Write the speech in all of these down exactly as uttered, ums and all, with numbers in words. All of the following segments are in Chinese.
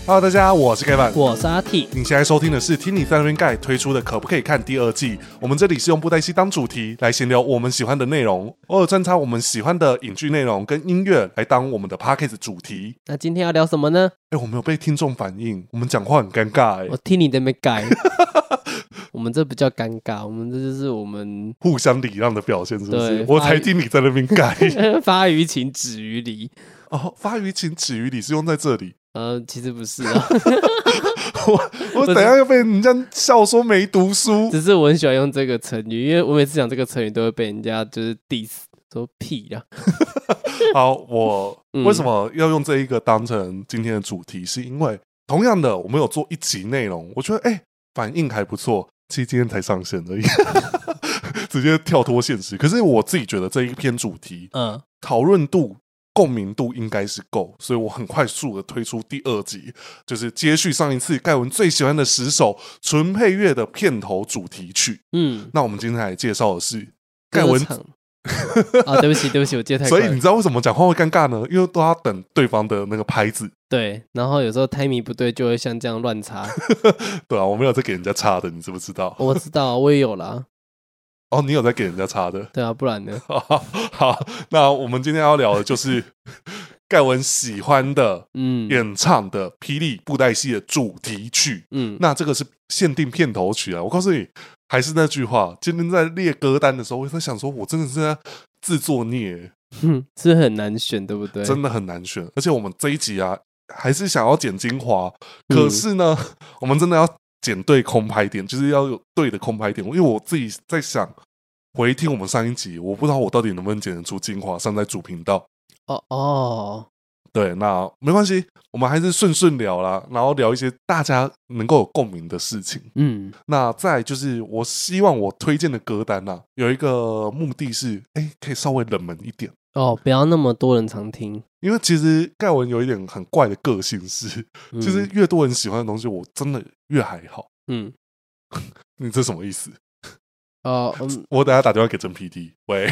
Hello， 大家，我是 Kevin， 我是阿 T。 你现在收听的是听你在那边盖推出的可不可以看第二季。我们这里是用布袋戏当主题来闲聊我们喜欢的内容，偶尔穿插我们喜欢的影剧内容跟音乐来当我们的 Podcast 主题。 那今天要聊什么呢？ 哎，我们有被听众反映，我们讲话很尴尬哎。 我听你在那边盖。我们这不叫尴尬，我们这就是我们互相礼让的表现，是不是？ 对我才听你在那边盖。 发于情止于理。 哦，发于情止于理是用在这里。 呃，其实不是啊。 我我等一下要被人家笑说没读书。 只是我很喜欢用这个成语，因为我每次讲这个成语都会被人家就是 diss 说屁啦。 好，我为什么要用这一个当成今天的主题？是因为同样的，我们有做一集内容，我觉得哎、欸、反应还不错，其实今天才上线而已，直接跳脱现实。可是我自己觉得这一篇主题，嗯，讨论度、共鸣度应该是够，所以我很快速的推出第二集，就是接续上一次盖文最喜欢的十首纯配乐的片头主题曲。嗯，那我们今天来介绍的是盖文。 啊，对不起，对不起，我接太快了。 所以你知道为什么讲话会尴尬呢？因为都要等对方的那个拍子。 对，然后有时候 timing 不对，就会像这样乱插。 对啊，我没有在给人家插的，你知不知道？ 我知道，我也有啦。 哦，你有在给人家插的？ 对啊，不然呢？ 好，好，那我们今天要聊的就是盖文喜欢的、嗯，演唱的《霹雳布袋戏》的主题曲。嗯，那这个是限定片头曲啊。我告诉你，还是那句话，今天在列歌单的时候，我在想说，我真的是在自作孽， 嗯，是很难选，对不对？ 真的很难选。而且我们这一集啊，还是想要剪精华，可是呢，嗯、我们真的要剪对空拍点，就是要有对的空拍点。因为我自己在想，回听我们上一集，我不知道我到底能不能剪得出精华上在主频道。 哦哦， 对，那没关系，我们还是顺顺聊啦，然后聊一些大家能够有共鸣的事情。嗯，那再来就是我希望我推荐的歌单啊，有一个目的是，哎，可以稍微冷门一点哦，不要那么多人常听。 因为其实盖文有一点很怪的个性是，嗯、就是越多人喜欢的东西，我真的越还好。嗯，你这什么意思？哦，嗯、我等一下打电话给真 P D， 喂。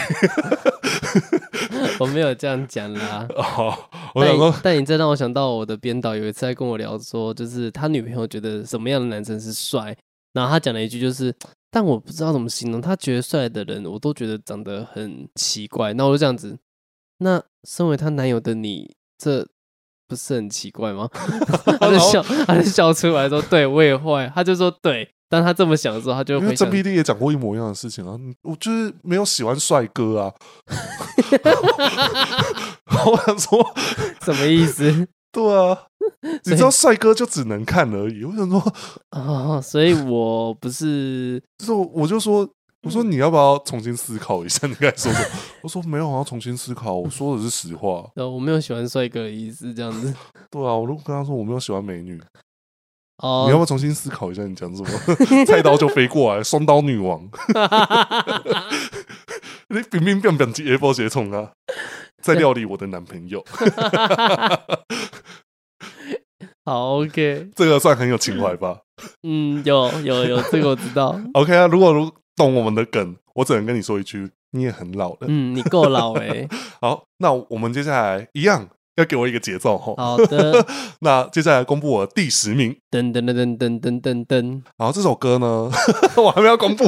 我没有这样讲啦。 哦，我想说， 但, 但你这让我想到我的编导有一次在跟我聊说，就是他女朋友觉得什么样的男生是帅，然后他讲了一句就是，但我不知道怎么形容，他觉得帅的人我都觉得长得很奇怪。那我就这样子，那身为他男友的你，这不是很奇怪吗？他就笑，他就笑出来说，对我也会。他就说对。当他这么想的时候，他就会因为真 P D 也讲过一模一样的事情啊，我就是没有喜欢帅哥啊。我想说什么意思？ 对啊，你知道帅哥就只能看而已。我想说哦，所以我不是， 就是我就说，我说你要不要重新思考一下？你刚才说什么？我说没有，我要重新思考。我说的是实话。 呃，我没有喜欢帅哥的意思，这样子。 对啊，我都跟他说我没有喜欢美女。Oh. 你要不要重新思考一下你讲什么？菜刀就飞过来，双刀女王。你明明变变直波协冲啊，在料理我的男朋友。 好 OK， 这个算很有情怀吧？ 嗯，有有有，这个我知道。 OK 啊，如果如懂我们的梗，我只能跟你说一句，你也很老了。 嗯，你够老哎、欸。 好，那我们接下来一样。要给我一个节奏吼。 好的， 那接下来公布我的第十名。 噔噔噔噔噔噔噔噔。 然后这首歌呢，我还没有公布。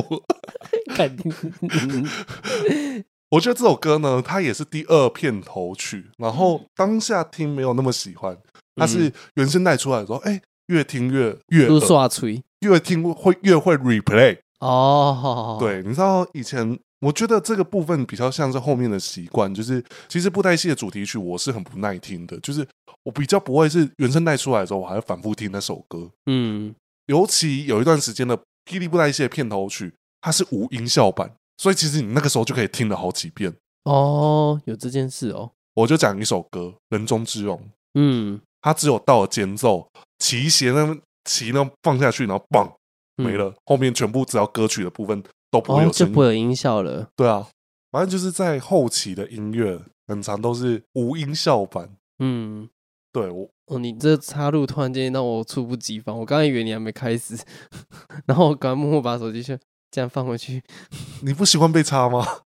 我觉得这首歌呢，它也是第二片头曲。然后当下听没有那么喜欢，它是原声带出来的时候，哎、欸，越听越越耳刷吹， 越听会越会 replay。 哦， 对，你知道以前。我觉得这个部分比较像是后面的习惯，就是其实布袋戏的主题曲我是很不耐听的，就是我比较不会是原声带出来的时候我还会反复听那首歌。嗯，尤其有一段时间的霹雳布袋戏的片头曲，它是无音效版，所以其实你那个时候就可以听了好几遍。 哦，有这件事哦。 我就讲一首歌《人中之龙》，嗯，它只有到了间奏，旗弦那旗呢放下去，然后棒没了，嗯、后面全部只要歌曲的部分。都不会有声音、 哦、就不会有音效了。 对啊，反正就是在后期的音乐，很常都是无音效版。嗯，对我哦，你这插入突然间让我猝不及防，我刚刚以为你还没开始，然后我刚默默把手机先这样放回去。 你不喜欢被插吗？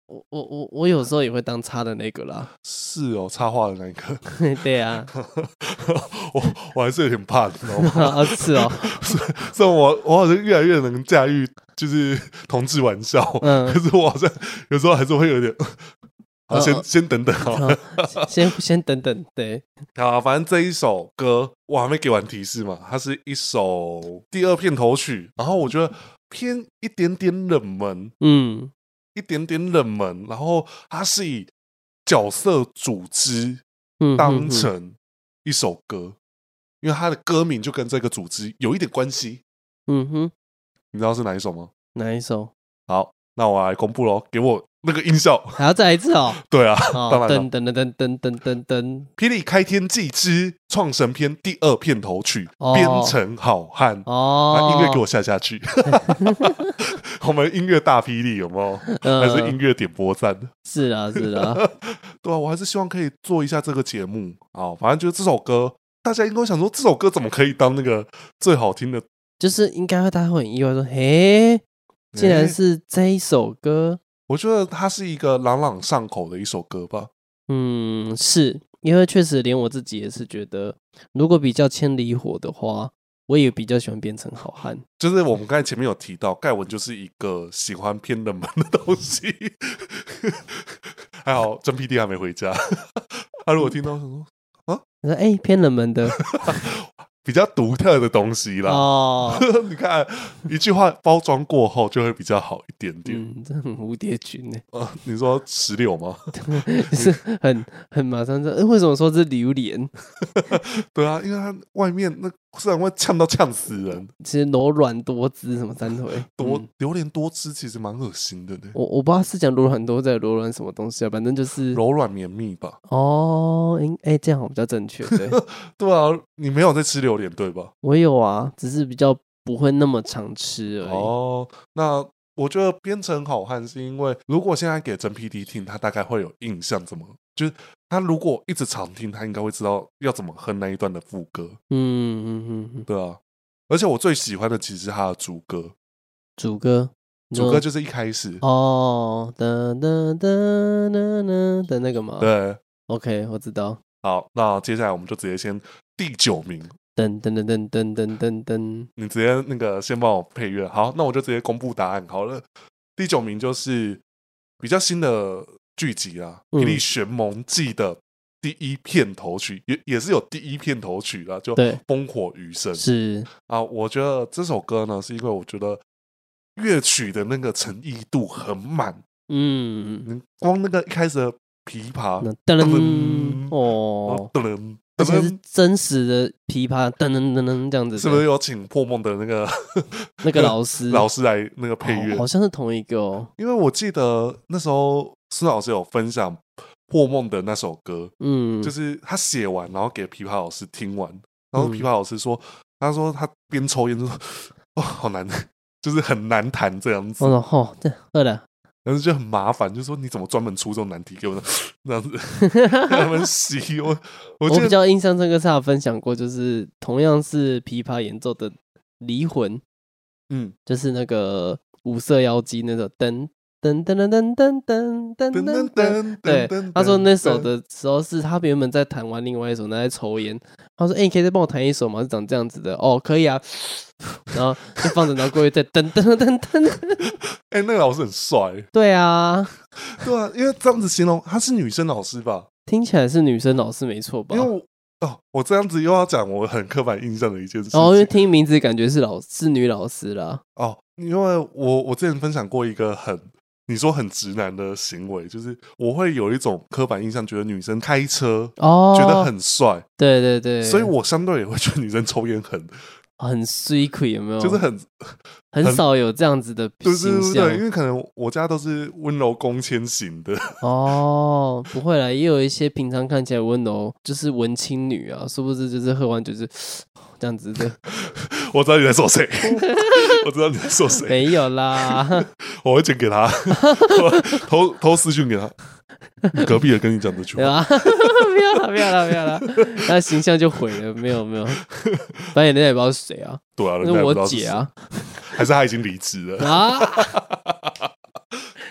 我我我我有时候也会当插的那个啦。 是哦，插画的那一个。 对啊， 我我还是有点怕，你知道吗？ 啊是哦， 虽然我我好像越来越能驾驭就是同志玩笑，嗯，可是我好像有时候还是会有点。好，先、哦、先等等好了， 哦、先先等等，对， 好，反正这一首歌我还没给完提示嘛，它是一首第二片头曲，然后我觉得偏一点点冷门，嗯，一点点冷门，然后它是以角色组织当成一首歌，嗯、哼哼因为它的歌名就跟这个组织有一点关系，嗯哼，你知道是哪一首吗？ 哪一首？ 好，那我来公布咯，给我。那个音效还要再来一次哦。 对啊， 哦、 当然了。 噔噔噔噔噔噔噔， 霹雳开天记之创神篇第二片头曲，哦、编程好汉哦，把音乐给我下下去。我们音乐大霹雳有没有？呃、还是音乐点播站？ 是啊，是啊， 对啊，我还是希望可以做一下这个节目啊。反正就是这首歌，大家应该想说，这首歌怎么可以当那个最好听的？ 就是应该会大家会很意外说，嘿，竟然是这一首歌。 我觉得它是一个朗朗上口的一首歌吧。 嗯，是因为确实连我自己也是觉得，如果比较千里火的话，我也比较喜欢变成好汉。 就是我们刚才前面有提到，盖文就是一个喜欢偏冷门的东西。还好真 P D 还没回家，他如果听到想说啊， 他说哎、欸、偏冷门的。 比较独特的东西啦，哦，你看一句话包装过后就会比较好一点点。 嗯，这很蝴蝶君呢、 呃。你说石榴吗？ 是很很马上说，为什么说是榴莲？ 对啊，因为它外面那虽然会呛到呛死人， 其实柔软多汁什么三腿多、嗯、榴莲多汁其实蛮恶心的呢。 我我不知道是讲柔软多在柔软什么东西啊，反正就是柔软绵密吧。 哦，哎、欸，这样好比较正确。对对啊，你没有在吃榴莲对吧？ 我有啊，只是比较不会那么常吃而已。 哦，那我觉得编程好汉是因为，如果现在给真 P D 听，他大概会有印象，怎么就是他如果一直常听，他应该会知道要怎么哼那一段的副歌。嗯嗯嗯，对啊。而且我最喜欢的其实是他的主歌， 主歌， 主歌就是一开始哦，哒哒哒哒哒的那个吗？ 对 ，OK， 我知道。 好，那接下来我们就直接先第九名。 噔噔噔噔噔噔噔噔， 你直接那个先帮我配乐。好，那我就直接公布答案好了。第九名就是比较新的剧集啦，《霹雳玄盟记》的第一片头曲，也也是有第一片头曲啦，就《烽火余生》 是啊。我觉得这首歌呢，是因为我觉得乐曲的那个诚意度很满，嗯，光那个一开始的琵琶， 噔噔哦， 噔噔。 而且是真实的琵琶，噔噔噔噔这样子， 是不是有请破梦的那个那个老师老师来那个配乐、哦？ 好像是同一个哦。 因为我记得那时候孙老师有分享破梦的那首歌，嗯，就是他写完，然后给琵琶老师听完，然后琵琶老师说，嗯、他说他边抽烟就说，哦，好难，就是很难弹这样子。 我说哦，这饿了。 但是就很麻烦，就说你怎么专门出这种难题给我呢？这样子他们洗我，我我比较印象深刻是他有分享过，就是同样是琵琶演奏的《离魂》，嗯，就是那个五色妖姬那种噔噔噔噔噔噔噔噔噔，对，他说那首的时候是他原本在弹完另外一首，那在抽烟，他说：“哎、欸，你可以再帮我弹一首吗？是长这样子的。”哦，可以啊。然后就放着，然后过去再噔噔噔噔。 哎、欸，那个老师很帅。 对啊， 对啊，因为这样子形容，她是女生老师吧？ 听起来是女生老师没错吧？ 因为我哦，我这样子又要讲我很刻板印象的一件事情。 哦，因为听名字感觉是老是女老师啦。 哦，因为我我之前分享过一个很你说很直男的行为，就是我会有一种刻板印象，觉得女生开车哦，觉得很帅。 对对对， 所以我相对也会觉得女生抽烟很。 很sweet 有没有？ 就是很很少有这样子的形象， 对对对，因为可能我家都是温柔恭谦型的。 哦，不会啦，也有一些平常看起来温柔，就是文青女啊，殊不知就是喝完就是这样子的。 我知道你在说谁，我知道你在说谁。 没有啦， 我会剪给他，偷偷私讯给他。隔壁也跟你讲这句话， 不要了，不要了，不要了，他形象就毁了。没有没有，反正人家也不知道是谁啊。 对啊， 那是我姐啊， 还是他已经离职了啊？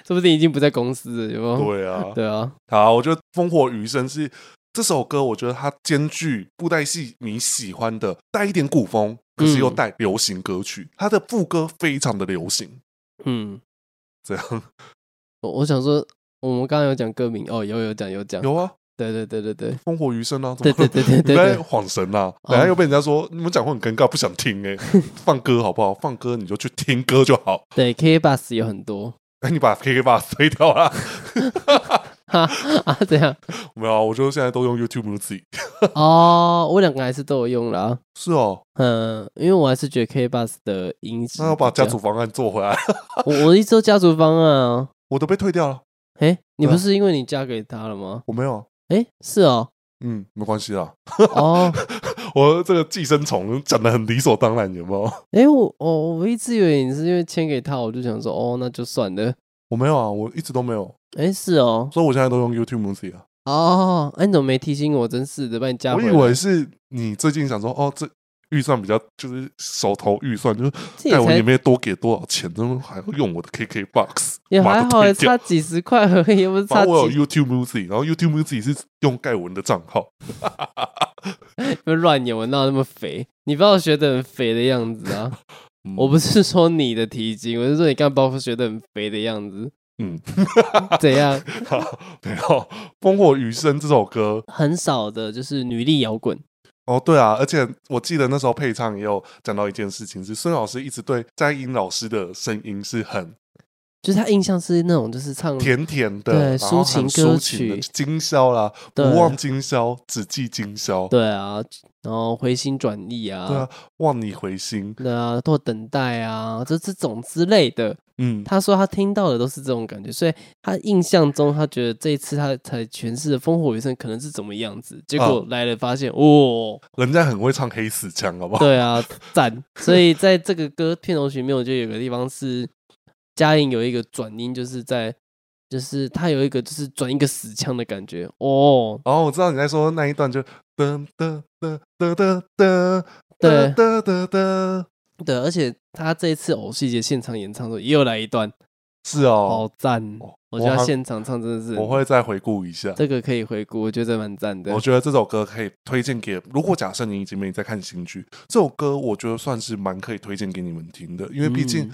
说不定已经不在公司了，有没有？ 对啊， 对啊。 好，我觉得《烽火余生》是这首歌，我觉得它兼具布袋戏你喜欢的带一点古风，可是又带流行歌曲，嗯、它的副歌非常的流行。嗯，这样。 我我想说，我们刚刚有讲歌名哦，有有讲有讲， 有啊。 对对对对对， 烽火余生啊！ 对对对对对， 你在晃神啊！等下又被人家说你们讲话很尴尬，不想听哎、欸。放歌好不好？放歌你就去听歌就好。 对 ，K K Bus 有很多。 哎，你把 K K Bus 推掉了。 啊啊！怎样？ 没有啊，我就现在都用 YouTube Music。 哦，我两个还是都有用啦。 是哦， 嗯，因为我还是觉得 K K Bus 的音质。 那要把家族方案做回来。 我我一直都家族方案啊， 我都被退掉了。 哎、欸，你不是因为你嫁给他了吗？ 我没有。 哎、欸，是哦。 嗯，没关系啦。 哦， 我这个寄生虫讲得很理所当然，有没有？ 哎、欸，我我我一直以为你是因为签给他，我就想说，哦，那就算了。 我没有啊，我一直都没有。 哎、欸，是哦， 所以我现在都用 YouTube Music 啊。 哦，哎、欸，你怎么没提醒我？真是的，把你加回来。 我以为是你最近想说，哦，这预算比较就是手头预算，就是在我里面多给多少钱，真的还要用我的 K K Box， 也还好，差几十块而已，又不是差几。 我有 YouTube Music， 然后 YouTube Music 是用盖文的账号。 不乱演，我哪有那么肥？你把我学得很肥的样子啊！嗯、我不是说你的体型，我是说你刚把我学得很肥的样子。嗯，怎样？ 没有，《烽火余生》这首歌很少的，就是女力摇滚。 哦，对啊，而且我记得那时候配唱也有讲到一件事情，是孙老师一直对詹英老师的声音是很， 就是他印象是那种就是唱甜甜的， 对抒情歌曲， 今宵啦，不忘今宵，只记今宵， 对啊，然后回心转意啊， 对啊，望你回心， 对啊，或等待啊，就这种之类的。嗯，他说他听到的都是这种感觉，所以他印象中他觉得这一次他才诠释的《烽火余生》可能是怎么样子，结果来了发现，哦， 人家很会唱黑死腔，好不好？ 对啊，赞！所以在这个歌片头曲里面，我觉得有个地方是嘉颖有一个转音，就是在就是他有一个就是转一个死腔的感觉哦。 哦，我知道你在说那一段就噔噔噔噔噔噔， 对噔噔噔。 对，而且他这一次偶戏节现场演唱的时候也有来一段， 是哦， 好赞！我觉得他现场唱真的是， 我会再回顾一下， 这个可以回顾，我觉得蛮赞的。 我觉得这首歌可以推荐给，如果假设你已经没在看新剧，这首歌我觉得算是蛮可以推荐给你们听的，因为毕竟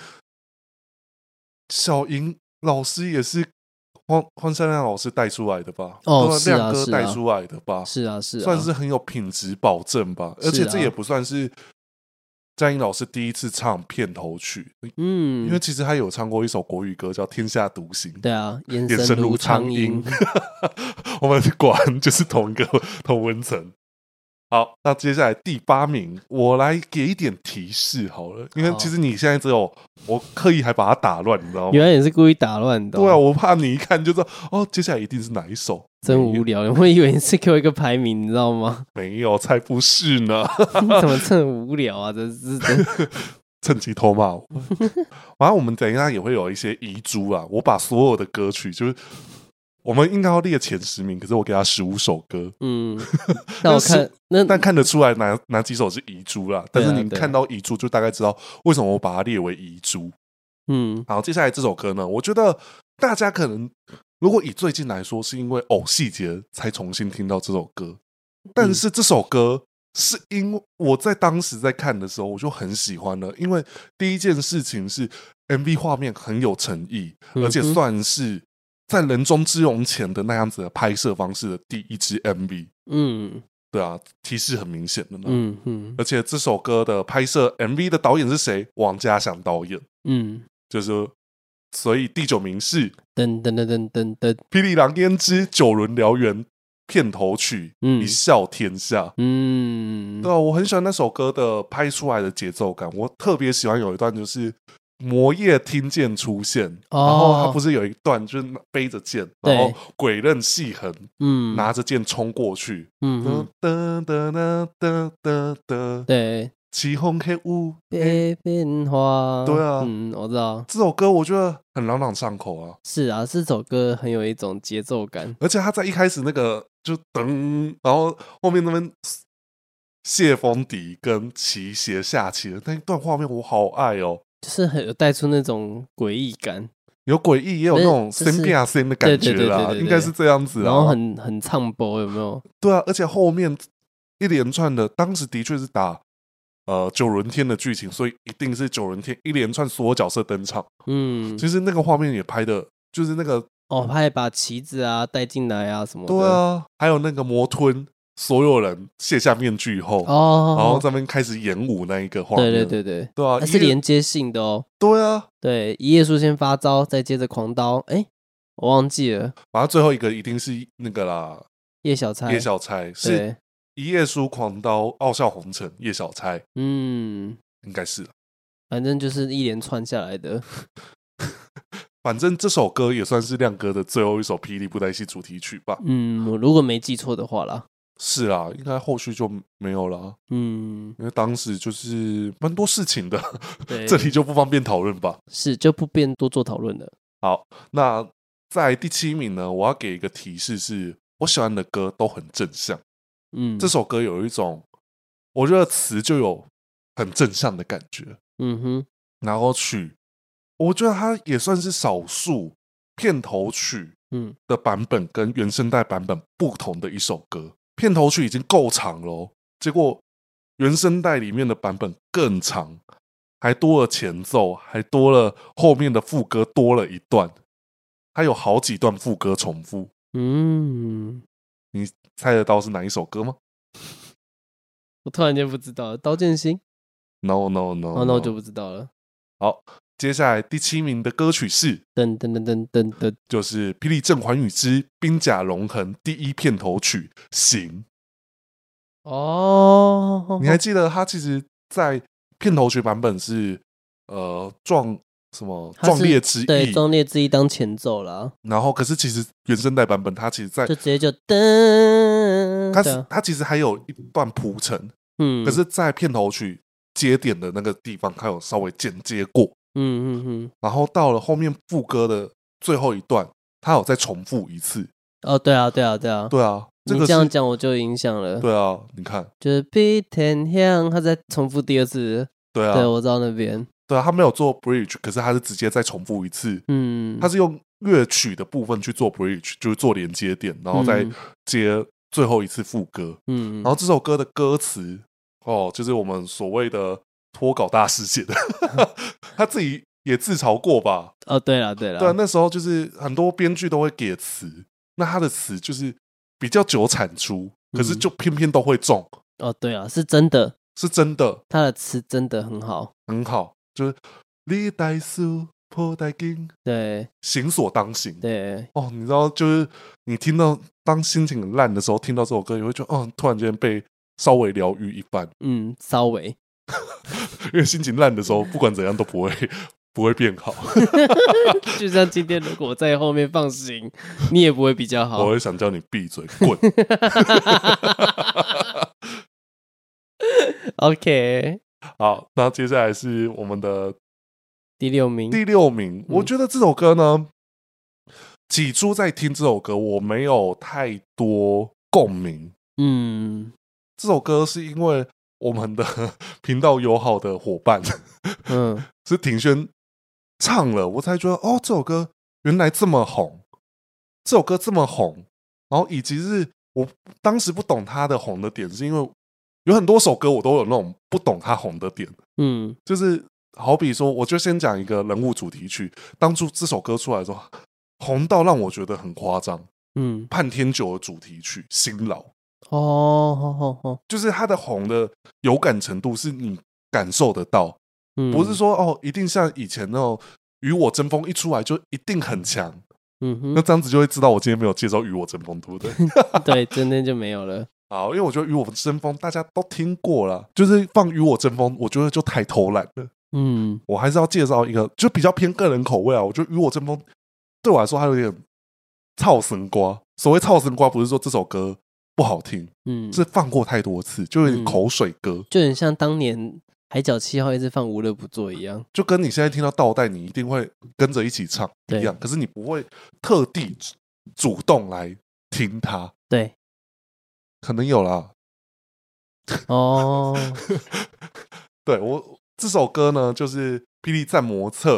小莹老师也是黄黄山亮老师带出来的吧？ 哦，是啊， 亮哥带出来的吧？ 是啊，是啊， 算是很有品质保证吧，而且这也不算是嘉颖老师第一次唱片头曲，嗯，因为其实他有唱过一首国语歌叫《天下独行》， 对啊， 眼神如苍鹰，我们果然就是同一个同温层。好，那接下来第八名，我来给一点提示好了，因为其实你现在只有我刻意还把它打乱，你知道吗？ 原来也是故意打乱的、哦。 对啊，我怕你一看就知道哦，接下来一定是哪一首。 真无聊，我会以为你是给我一个排名，你知道吗？ 没有，才不是呢！ 你怎么这么无聊啊？真是的， 趁机偷骂我。然后我们等一下也会有一些遗珠啊，我把所有的歌曲就是。我们应该要列前十名，可是我给他十五首歌。嗯， 那我看那但看得出来哪哪几首是遗珠啦。但是你看到遗珠，就大概知道为什么我把它列为遗珠。嗯，好，接下来这首歌呢，我觉得大家可能如果以最近来说，是因为偶戏节才重新听到这首歌，但是这首歌是因为我在当时在看的时候，我就很喜欢了，因为第一件事情是 M V 画面很有诚意，而且算是。在人中之龙前的那样子的拍摄方式的第一支 M V， 嗯，对啊，提示很明显的呢，嗯嗯，而且这首歌的拍摄 M V 的导演是谁？王家祥导演，嗯，就是所以第九名是噔噔噔噔噔噔，《 霹雳狼烟之九轮燎原》片头曲，嗯，一笑天下，嗯，对啊，我很喜欢那首歌的拍出来的节奏感，我特别喜欢有一段就是。魔夜听剑出现，哦、然后他不是有一段就是背着剑，然后鬼刃细痕，嗯，拿着剑冲过去，嗯，噔噔噔噔噔噔， 对， 起哄黑雾别变化， 对啊， 嗯，我知道这首歌，我觉得很朗朗上口啊。 是啊，这首歌很有一种节奏感， 而且他在一开始那个就噔，然后后面那边。谢风笛跟齐鞋下棋的那一段画面，我好爱哦。 就是很有带出那种诡异感， 有诡异，也有那种生变啊生的感觉啦，应该是这样子啦。 然后很很唱播，有没有？ 对啊，而且后面一连串的，当时的确是打呃九轮天的剧情，所以一定是九轮天一连串所有角色登场。嗯，其实那个画面也拍的，就是那个哦，他还把旗子啊带进来啊什么的。 对啊，还有那个魔吞。所有人卸下面具后，哦，然后这边开始演武那一个画面， 对对对对， 对啊， 它是连接性的哦。 对啊， 对，一页书先发招，再接着狂刀，哎，我忘记了。 反正最后一个一定是那个啦， 叶小钗， 叶小钗是一页书狂刀，傲笑红尘，叶小钗，嗯，应该是， 反正就是一连串下来的。 反正这首歌也算是亮哥的最后一首霹雳布袋戏主题曲吧。 嗯，我如果没记错的话啦。 是啦，应该后续就没有了。嗯，因为当时就是蛮多事情的，这里就不方便讨论吧。 是，就不便多做讨论了。 好，那在第七名呢，我要给一个提示是，我喜欢的歌都很正向。嗯，这首歌有一种，我觉得词就有很正向的感觉。嗯哼，然后曲，我觉得它也算是少数片头曲的版本跟原声带版本不同的一首歌。片头曲已经够长了、哦，结果原声带里面的版本更长，还多了前奏，还多了后面的副歌多了一段，还有好几段副歌重复。嗯，你猜得到是哪一首歌吗？ 我突然间不知道，刀剑心 ？No No No， 哦，那我就不知道了。 好，接下来第七名的歌曲是噔噔噔噔噔噔， 就是《霹雳甄嬛语之兵甲龙痕》第一片头曲《行》。哦，你还记得他其实在片头曲版本是呃壮什么壮烈之意， 对，壮烈之意当前奏啦。 然后可是其实原声带版本它其实在就直接就噔， 它是它其实还有一段铺陈，嗯，可是在片头曲接点的那个地方，它有稍微剪接过。嗯嗯嗯，然后到了后面副歌的最后一段，他有再重复一次。 哦，对啊，对啊，对啊， 对啊， 这你这样讲我就有影响了。 对啊，你看， 就是比天香，他再重复第二次。 对啊， 对，我知道那边。 对啊，他没有做 bridge， 可是他是直接再重复一次。嗯，他是用乐曲的部分去做 bridge， 就是做连接点，然后再接最后一次副歌。嗯，然后这首歌的歌词哦，就是我们所谓的脱稿大师写的，他自己也自嘲过吧？ 哦，对了，对了， 对啊，那时候就是很多编剧都会给词，那他的词就是比较久产出，可是就偏偏都会中。 哦，对啊，是真的， 是真的， 他的词真的很好， 很好，就是历代书破代经， 对， 行所当行， 对， 哦，你知道，就是你听到当心情很烂的时候，听到这首歌，你会觉得，哦，突然间被稍微疗愈一番， 嗯，稍微。 因为心情烂的时候，不管怎样都不会不会变好。 就像今天，如果我在后面放行，你也不会比较好。 我会想叫你闭嘴，滚。 OK， 好，那接下来是我们的第六名。 第六名，嗯、我觉得这首歌呢，起初在听这首歌，我没有太多共鸣。嗯，这首歌是因为我们的频道友好的伙伴，嗯，是庭轩唱了，我才觉得哦，这首歌原来这么红，这首歌这么红，然后以及是我当时不懂他的红的点，是因为有很多首歌我都有那种不懂他红的点，嗯，就是好比说，我就先讲一个人物主题曲，当初这首歌出来的时候，红到让我觉得很夸张，嗯，盼天酒的主题曲《辛劳》。哦，好好好，就是它的红的有感程度是你感受得到，嗯、不是说哦，一定像以前那种《与我争锋》一出来就一定很强，嗯哼，那这样子就会知道我今天没有介绍《与我争锋》，对不对？ 对，今天就没有了。 好，因为我觉得《与我争锋》大家都听过了，就是放《与我争锋》，我觉得就太偷懒了。嗯，我还是要介绍一个，就比较偏个人口味啊。我觉得《与我争锋》对我来说，它有点操神瓜。所谓操神瓜，不是说这首歌不好听，嗯，是放过太多次，就有点口水歌，嗯、 就很像当年海角七号一直放无乐不作一样， 就跟你现在听到倒带，你一定会跟着一起唱一样，可是你不会特地主动来听它。 对， 可能有啦。哦，对我这首歌呢，就是《霹雳战魔策》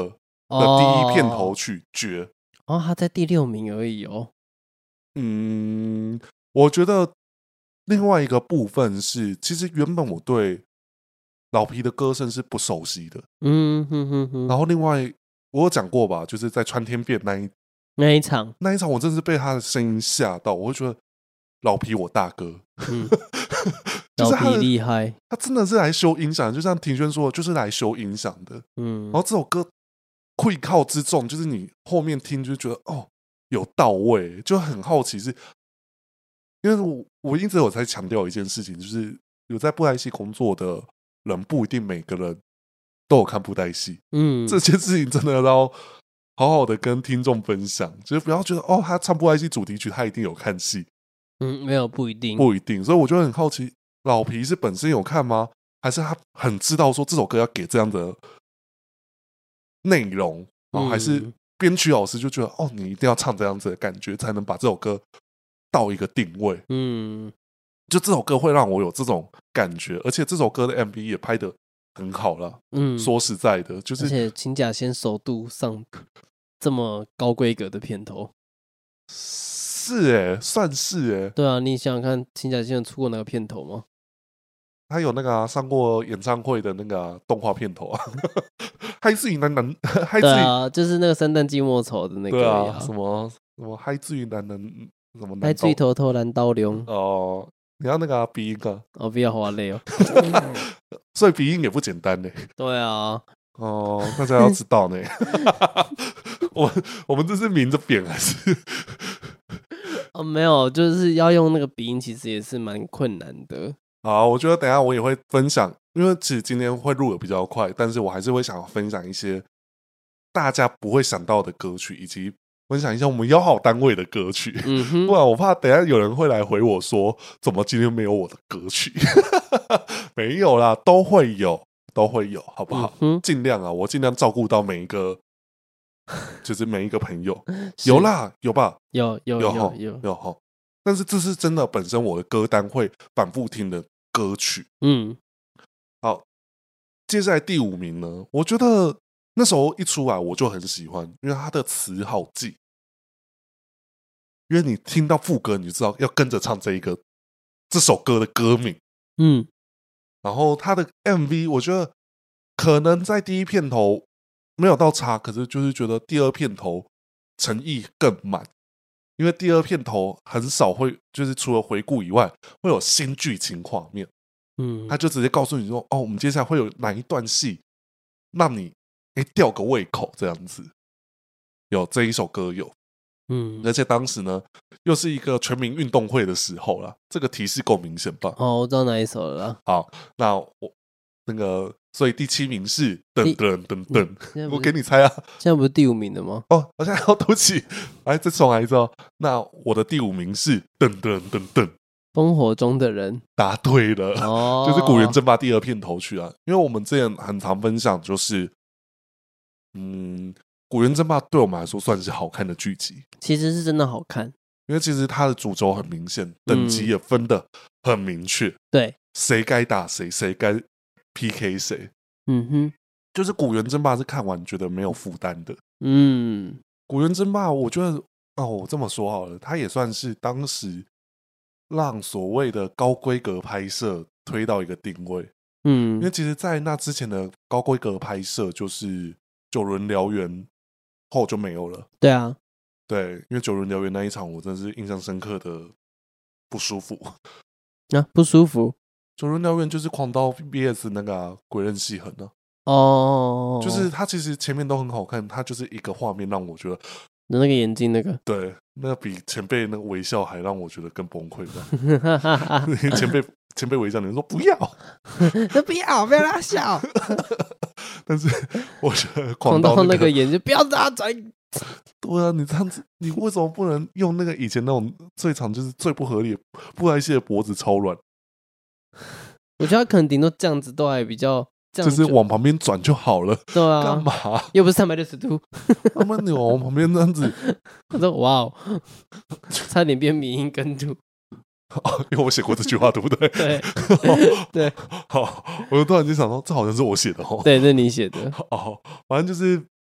的第一片头曲《绝》。 哦，他在第六名而已哦。 嗯，我觉得另外一个部分是，其实原本我对老皮的歌声是不熟悉的。 嗯哼哼哼。 然后另外我有讲过吧，就是在川天变那一那一场， 那一场我真是被他的声音吓到，我会觉得老皮我大哥。嗯， 老皮厉害， 他真的是来修音响，就像庭轩说的，就是来修音响的。嗯，然后这首歌会靠之重，就是你后面听就觉得哦有到位，就很好奇是，因为我我一直有在强调一件事情，就是有在布袋戏工作的人不一定每个人都有看布袋戏。嗯，这件事情真的要好好的跟听众分享，就是不要觉得哦他唱布袋戏主题曲他一定有看戏。 嗯，没有，不一定， 不一定。所以我就很好奇，老皮是本身有看吗？还是他很知道说这首歌要给这样的内容，然后还是编曲老师就觉得、嗯、哦，你一定要唱这样子的感觉，才能把这首歌到一个定位。嗯，就这首歌会让我有这种感觉，而且这首歌的 M V 也拍得很好啦。嗯，说实在的，就是而且秦甲先首度上这么高规格的片头。 是哎、欸，算是哎、欸。 对啊，你想想看，秦甲先有出过那个片头吗？ 他有那个、啊、上过演唱会的那个、啊、动画片头啊，嗨自于男男，嗨自于对啊，就是那个圣诞季末丑的那个、 啊，对啊，什么什么嗨自于男男什么嗨自于头头蓝刀龙哦，你要那个、啊、鼻音啊， 哦，不要花累哦， 所以鼻音也不简单呢。 对啊， 哦，大家要知道呢，我我们这是明着扁还是？ 哦，没有，就是要用那个鼻音，其实也是蛮困难的。 好，我觉得等一下我也会分享，因为其实今天会录的比较快，但是我还是会想要分享一些大家不会想到的歌曲，以及分享一下我们邀好单位的歌曲。嗯哼，不然我怕等一下有人会来回我说，怎么今天没有我的歌曲？没有啦，都会有，都会有，好不好？嗯、尽量啊，我尽量照顾到每一个，就是每一个朋友。有啦，有吧？ 有有有有有有哈。但是这是真的，本身我的歌单会反复听的歌曲。嗯，好，接下来第五名呢，我觉得那时候一出来我就很喜欢，因为它的词好记，因为你听到副歌你就知道要跟着唱这一个这首歌的歌名。嗯，然后它的 M V 我觉得可能在第一片头没有到差，可是就是觉得第二片头诚意更满。因为第二片头很少会，就是除了回顾以外，会有新剧情画面。嗯，他就直接告诉你说：“哦，我们接下来会有哪一段戏，让你哎吊个胃口这样子。”有这一首歌有，嗯，而且当时呢，又是一个全民运动会的时候啦，这个提示够明显吧？ 哦，我知道哪一首了啦。 好，那我那个，所以第七名是噔噔噔噔，我给你猜啊！ 现在不是第五名的吗？ 哦，我现在要对不起，来再重来一次哦。那我的第五名是噔噔噔噔， 烽火中的人， 答对了，哦、就是《古元争霸》第二片头曲啊。因为我们之前很常分享，就是嗯，《古元争霸》对我们来说算是好看的剧集， 其实是真的好看， 因为其实它的主轴很明显，等级也分得很明确，嗯、 对， 谁该打谁，谁该 P K 谁。嗯哼，就是《古元争霸》是看完觉得没有负担的。嗯，《古元争霸》我觉得哦，我这么说好了，它也算是当时让所谓的高规格拍摄推到一个定位。嗯，因为其实在那之前的高规格拍摄就是九轮燎原后就没有了。 对啊， 对，因为九轮燎原那一场我真的是印象深刻的不舒服啊，不舒服。 九轮燎原就是狂刀 V S 那个、啊、鬼刃细痕啊。 哦， 就是它其实前面都很好看，它就是一个画面让我觉得那个眼睛那个， 对，那个比前辈那个微笑还让我觉得更崩溃吧。前辈前辈微笑，你们说不要， 不要不要让他笑。 但是我觉得狂刀、那個、那个眼睛不要让他转。 对啊，你这样子，你为什么不能用那个以前那种最长就是最不合理布袋戏的脖子超软？ 我觉得他可能顶多这样子都还比较。就, 就是往旁边转就好了， 对啊， 干嘛？ 又不是三百六十度， 他们你往旁边这样子， 我说哇哦，差点变迷因跟图。 哦，因为我写过这句话，对不对？ 对对， 好，我就突然间想到，这好像是我写的哦。 对，这是你写的。 哦，反正就是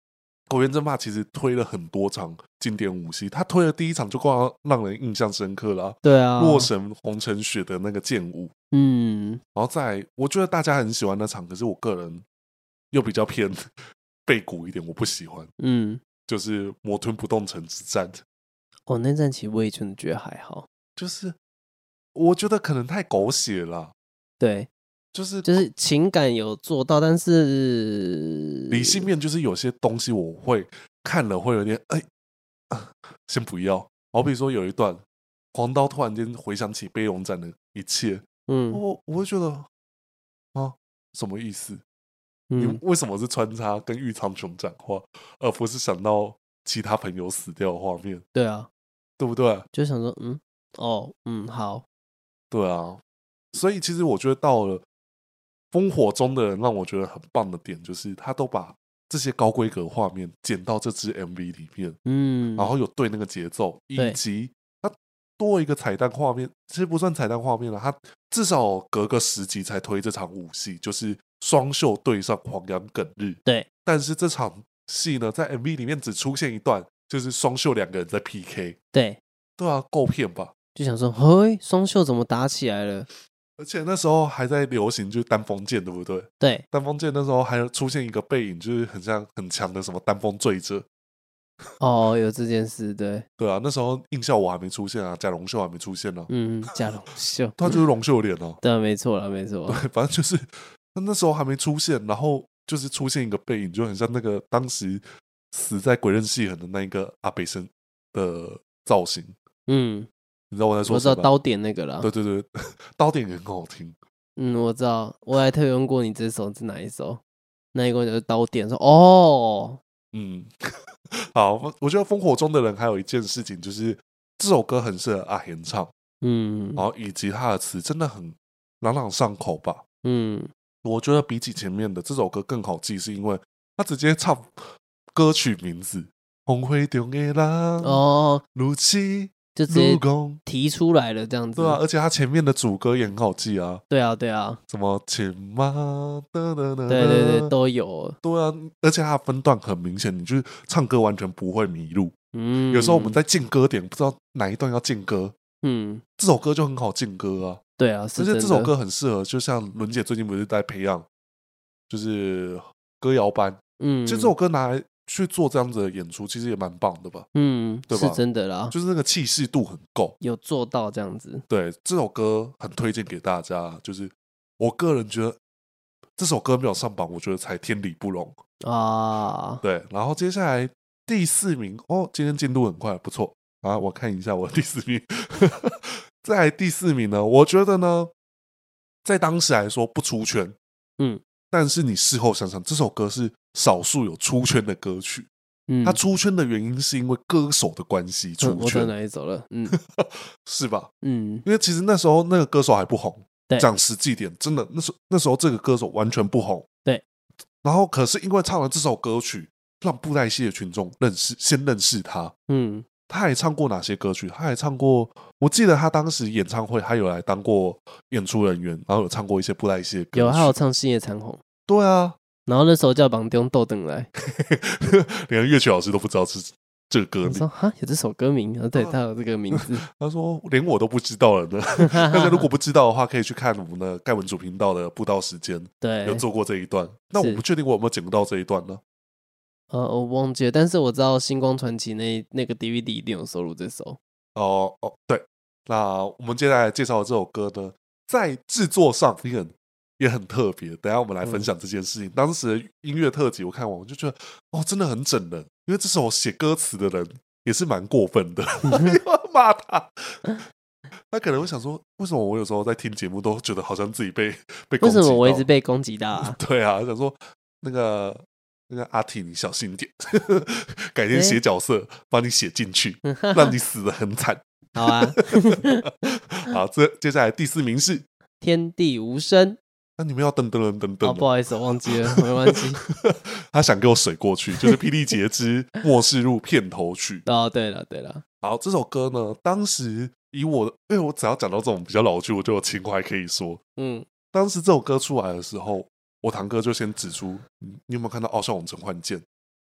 狗原真霸其实推了很多场经典武戏，他推的第一场就够让人印象深刻了。 对啊， 洛神红尘雪的那个剑舞， 嗯， 然后再我觉得大家很喜欢那场，可是我个人又比较偏背骨一点，我不喜欢。 嗯， 就是魔吞不动城之战。 哦，那战其实我也真的觉得还好， 就是我觉得可能太狗血了。 对。 就是就是情感有做到，但是理性面就是有些东西我会看了会有点哎、啊，先不要。好比说有一段黄刀突然间回想起悲勇斩的一切， 嗯， 我我会觉得啊，什么意思？ 嗯， 你为什么是穿插跟玉苍穹讲话，而不是想到其他朋友死掉的画面？ 对啊， 对不对？ 就想说，嗯，哦，嗯，好， 对啊，所以其实我觉得到了烽火中的人，让我觉得很棒的点就是他都把这些高规格画面剪到这支 M V 里面， 嗯， 然后有对那个节奏，以及他多一个彩蛋画面，其实不算彩蛋画面了，他至少隔个十集才推这场武戏，就是双秀对上黄杨耿日。 对， 但是这场戏呢，在 M V 里面只出现一段，就是双秀两个人在 P K。 对， 对啊，够骗吧？ 就想说，嘿，双秀怎么打起来了？ 而且那时候还在流行就是单锋剑，对不对？ 对， 单锋剑那时候还有出现一个背影，就是很像很强的什么单锋坠者。 哦，有这件事，对， 对啊，那时候印效我还没出现啊，贾龙秀还没出现呢、啊。 嗯，加龙秀， 他就是龙秀脸哦、啊。 对啊，没错了，没错。 对，反正就是他那时候还没出现，然后就是出现一个背影，就很像那个当时死在鬼刃细痕的那一个阿北生的造型。 嗯， 你知道我在说我知道刀点那个啦。 对对对，刀点也很好听。 嗯，我知道，我还特别问过你这首是哪一首，那一个就是刀点，说哦， 嗯，好，我觉得烽火中的人还有一件事情，就是这首歌很适合阿贤唱， 嗯， 然后以及他的词真的很朗朗上口吧。 嗯， 我觉得比起前面的这首歌更好记，是因为他直接唱歌曲名字《红会中的人》 哦， 如期就直接如公提出来了这样子。 对啊，而且他前面的主歌也很好记啊。 对啊，对啊， 什么情马的的的， 对对对，都有。 对啊，而且它的分段很明显，你就是唱歌完全不会迷路。 嗯， 有时候我们在进歌点不知道哪一段要进歌， 嗯， 这首歌就很好进歌啊。 对啊，是而真的。 且这首歌很适合，就像伦姐最近不是在培养，就是歌谣班， 嗯， 其实这首歌拿来去做这样子的演出，其实也蛮棒的吧？ 嗯， 对吧？ 是真的啦， 就是那个气势度很够， 有做到这样子。 对，这首歌很推荐给大家。就是我个人觉得这首歌没有上榜，我觉得才天理不容啊。 对，然后接下来第四名哦，今天进度很快，不错啊！我看一下我的第四名，再来第四名呢，我觉得呢，在当时来说不出圈， 嗯， 但是你事后想想，这首歌是少数有出圈的歌曲。 嗯， 它出圈的原因是因为歌手的关系出我知道圈， 哪一首了，嗯是吧？ 嗯， 因为其实那时候那个歌手还不红， 对讲实际点，真的那时候那时候这个歌手完全不红， 对。 然后可是因为唱了这首歌曲，让布袋戏的群众认识，先认识他。 嗯， 他还唱过哪些歌曲？他还唱过，我记得他当时演唱会，他有来当过演出人员，然后有唱过一些布袋戏的歌曲。 有，还有唱《星夜残红》。 对啊， 然后那时候叫绑丢豆等来， 连乐曲老师都不知道是这个歌名。 我说哈，有这首歌名，然后对，他有这个名字。 他说连我都不知道了呢。大家如果不知道的话，可以去看我们的盖文主频道的布道时间， 对， 有做过这一段。那我不确定我有没有剪不到这一段呢？ 呃，我忘记了，但是我知道《星光传奇》那那个 D V D 一定有收录这首。 哦哦，对。那我们接下来介绍的这首歌呢，在制作上面也很特别。等一下我们来分享这件事情。嗯、当时的音乐特辑我看完，我就觉得哦，真的很整人，因为这首写歌词的人也是蛮过分的，要骂他。他可能会想说，为什么我有时候在听节目都觉得好像自己被被攻击到？ 为什么我一直被攻击到啊？ 对啊，想说那个那个阿 T，你小心点，改天写角色，帮你写进去，让你死得很惨。 好啊， 好，这接下来第四名是天地无声。 那、啊、你们要噔噔噔噔噔、 哦，不好意思，我忘记了，没关系。 他想给我水过去，就是《霹雳节之末世录》片头曲。 哦，对了对了， 好，这首歌呢，当时以我的，因为我只要讲到这种比较老剧，我就有情怀可以说。嗯，当时这首歌出来的时候，我堂哥就先指出，你有没有看到《傲笑龙甄嬛剑》？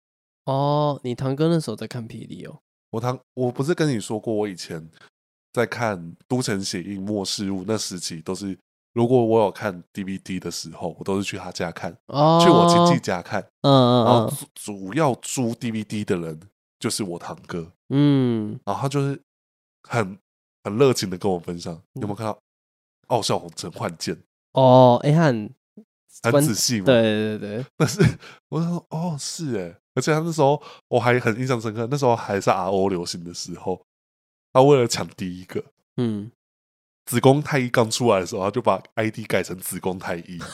哦，你堂哥那时候在看霹雳哦？ 我堂我不是跟你说过，我以前在看《都城血印》《末世录》那时期，都是如果我有看 D V D 的时候，我都是去他家看， 哦， 去我亲戚家看。 嗯嗯然后嗯主要租 D V D 的人就是我堂哥， 嗯， 然后他就是很很热情的跟我分享， 嗯有没有看到《傲笑红尘幻剑》？ 哦，哎、欸，很很仔细嘛。 对对对， 但是我就说哦是哎，而且他那时候我还很印象深刻，那时候还是 R O 流行的时候，他为了抢第一个， 嗯， 子宫太一刚出来的时候，他就把 I D 改成子宫太一。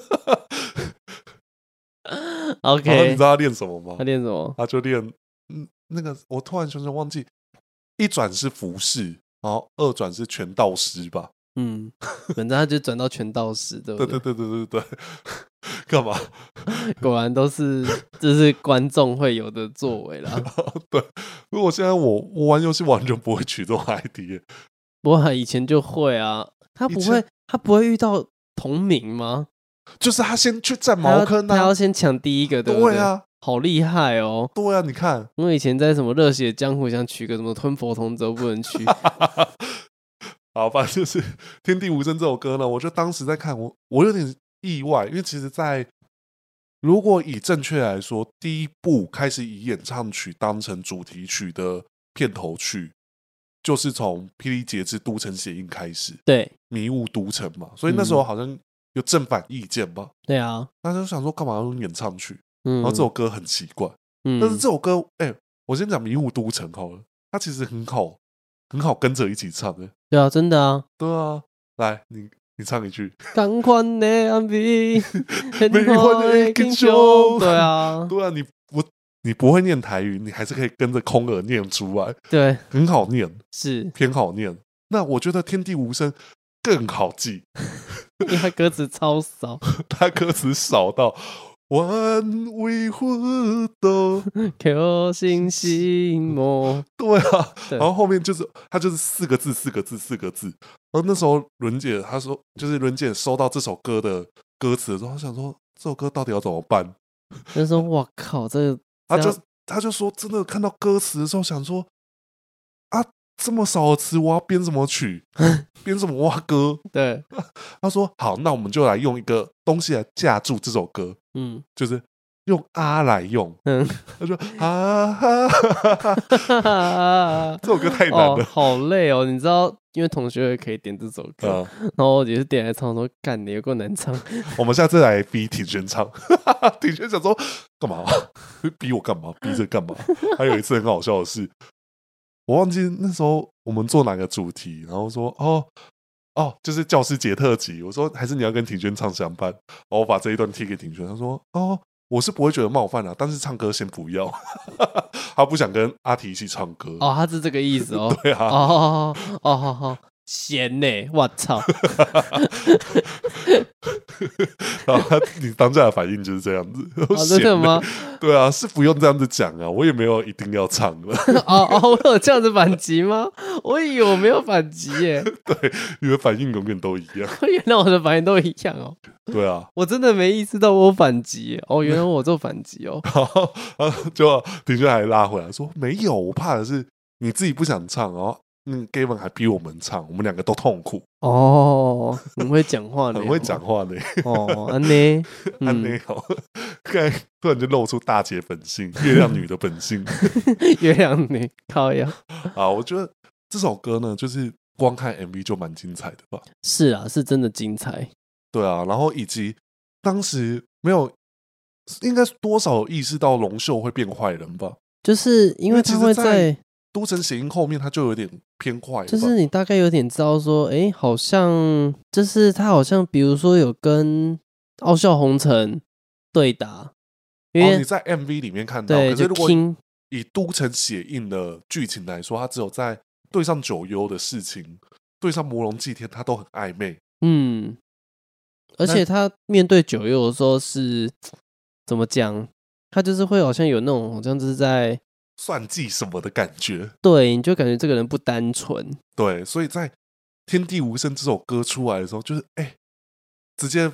OK， 然后你知道他练什么吗？ 他练什么？ 他就练嗯那个，我突然想想忘记，一转是服饰，然后二转是拳道师吧。 嗯，反正他就转到拳道师，对不对对对对对对，干嘛？ 果然都是这是观众会有的作为啦。 对，如果现在我我玩游戏完全不会取这种 I D， 不过他以前就会啊，他不会他不会遇到同名吗？ 就是他先去占茅坑啊， 他要先抢第一个，对不对？ 对啊， 好厉害哦！ 对啊，你看， 因为以前在什么热血江湖想取个什么吞佛同舟不能取。 好，反正就是《天地无声》这首歌呢，我就当时在看，我我有点意外，因为其实在如果以正确来说，第一部开始以演唱曲当成主题曲的片头曲，就是从《霹雳节之都城血印》开始， 对， 迷雾都城嘛，所以那时候好像有正反意见吧。 对啊， 大家就想说干嘛要用演唱曲？ 嗯， 然后这首歌很奇怪， 嗯， 但是这首歌，哎、欸，我先讲《迷雾都城》好了，它其实很好，很好跟着一起唱的。 对啊，真的啊， 对啊，来，你你唱一句。 赶快的安比， 美欢的英雄。 对啊， 对啊，你不你不会念台语，你还是可以跟着空耳念出来， 对， 很好念， 是偏好念。那我觉得《天地无声》更好记， 因为它歌词超少， 它歌词少到。万为佛道， 求星星魔。 对啊， 对然后后面就是他就是四个字，四个字，四个字。然后那时候伦姐她说，就是伦姐收到这首歌的歌词的时候，她想说这首歌到底要怎么办？ 就说哇靠，这个他就他就说真的看到歌词的时候想说啊，这么少的词，我要编什么曲？编什么蛙歌？ 对， 他说好，那我们就来用一个东西来架住这首歌。 嗯， 就是用啊来用， 嗯， 他说啊哈哈哈哈，这首歌太难了， 哦，好累哦。你知道，因为同学会可以点这首歌，嗯、然后也是点来唱，说干你有够难唱。 我们下次来逼庭轩唱，庭轩想说干嘛？逼我干嘛？逼这干嘛？还有一次很好笑的是，我忘记那时候我们做哪个主题，然后说哦。哦，就是教师节特辑。我说还是你要跟庭轩唱相伴，然后我把这一段贴给庭轩。他说：“哦，我是不会觉得冒犯啊，但是唱歌先不要。”他不想跟阿提一起唱歌。 哦，他是这个意思哦。 对啊。 哦哦好好，闲呢，我操！ 然后他你当下的反应就是这样子。 哦，真的吗？ 对啊，是不用这样子讲啊，我也没有一定要唱了。 哦哦，我有这样子反击吗？我以为我没有反击耶。 对，你的反应永远都一样。 原来我的反应都一样哦。 对啊， 我真的没意识到我有反击耶。哦，原来我做反击哦。 然后就庭轩还拉回来说没有，我怕的是你自己不想唱，然后嗯 Gavin 还逼我们唱，我们两个都痛苦。 哦，很会讲话呢， 很会讲话呢。 哦，安呢， 安呢好，刚才突然就露出大姐本性，月亮女的本性。 月亮女靠呀！ 啊，我觉得这首歌呢，就是光看 M V 就蛮精彩的吧。 是啊，是真的精彩。 对啊，然后以及当时没有，应该多少有意识到龙秀会变坏人吧？ 就是因为他会在都城血印后面，他就有点偏坏。 就是你大概有点知道说，哎、欸，好像就是他好像，比如说有跟傲笑红尘对打，因为、 哦、你在 M V 里面看到， 对， 可是如果以都城血印的剧情来说，他只有在对上九幽的事情，对上魔龙祭天，他都很暧昧。 嗯，而且他面对九幽的时候是怎么讲？他就是会好像有那种好像就是在算计什么的感觉， 对，你就感觉这个人不单纯。 对，所以在《天地无声》这首歌出来的时候，就是哎、欸，直接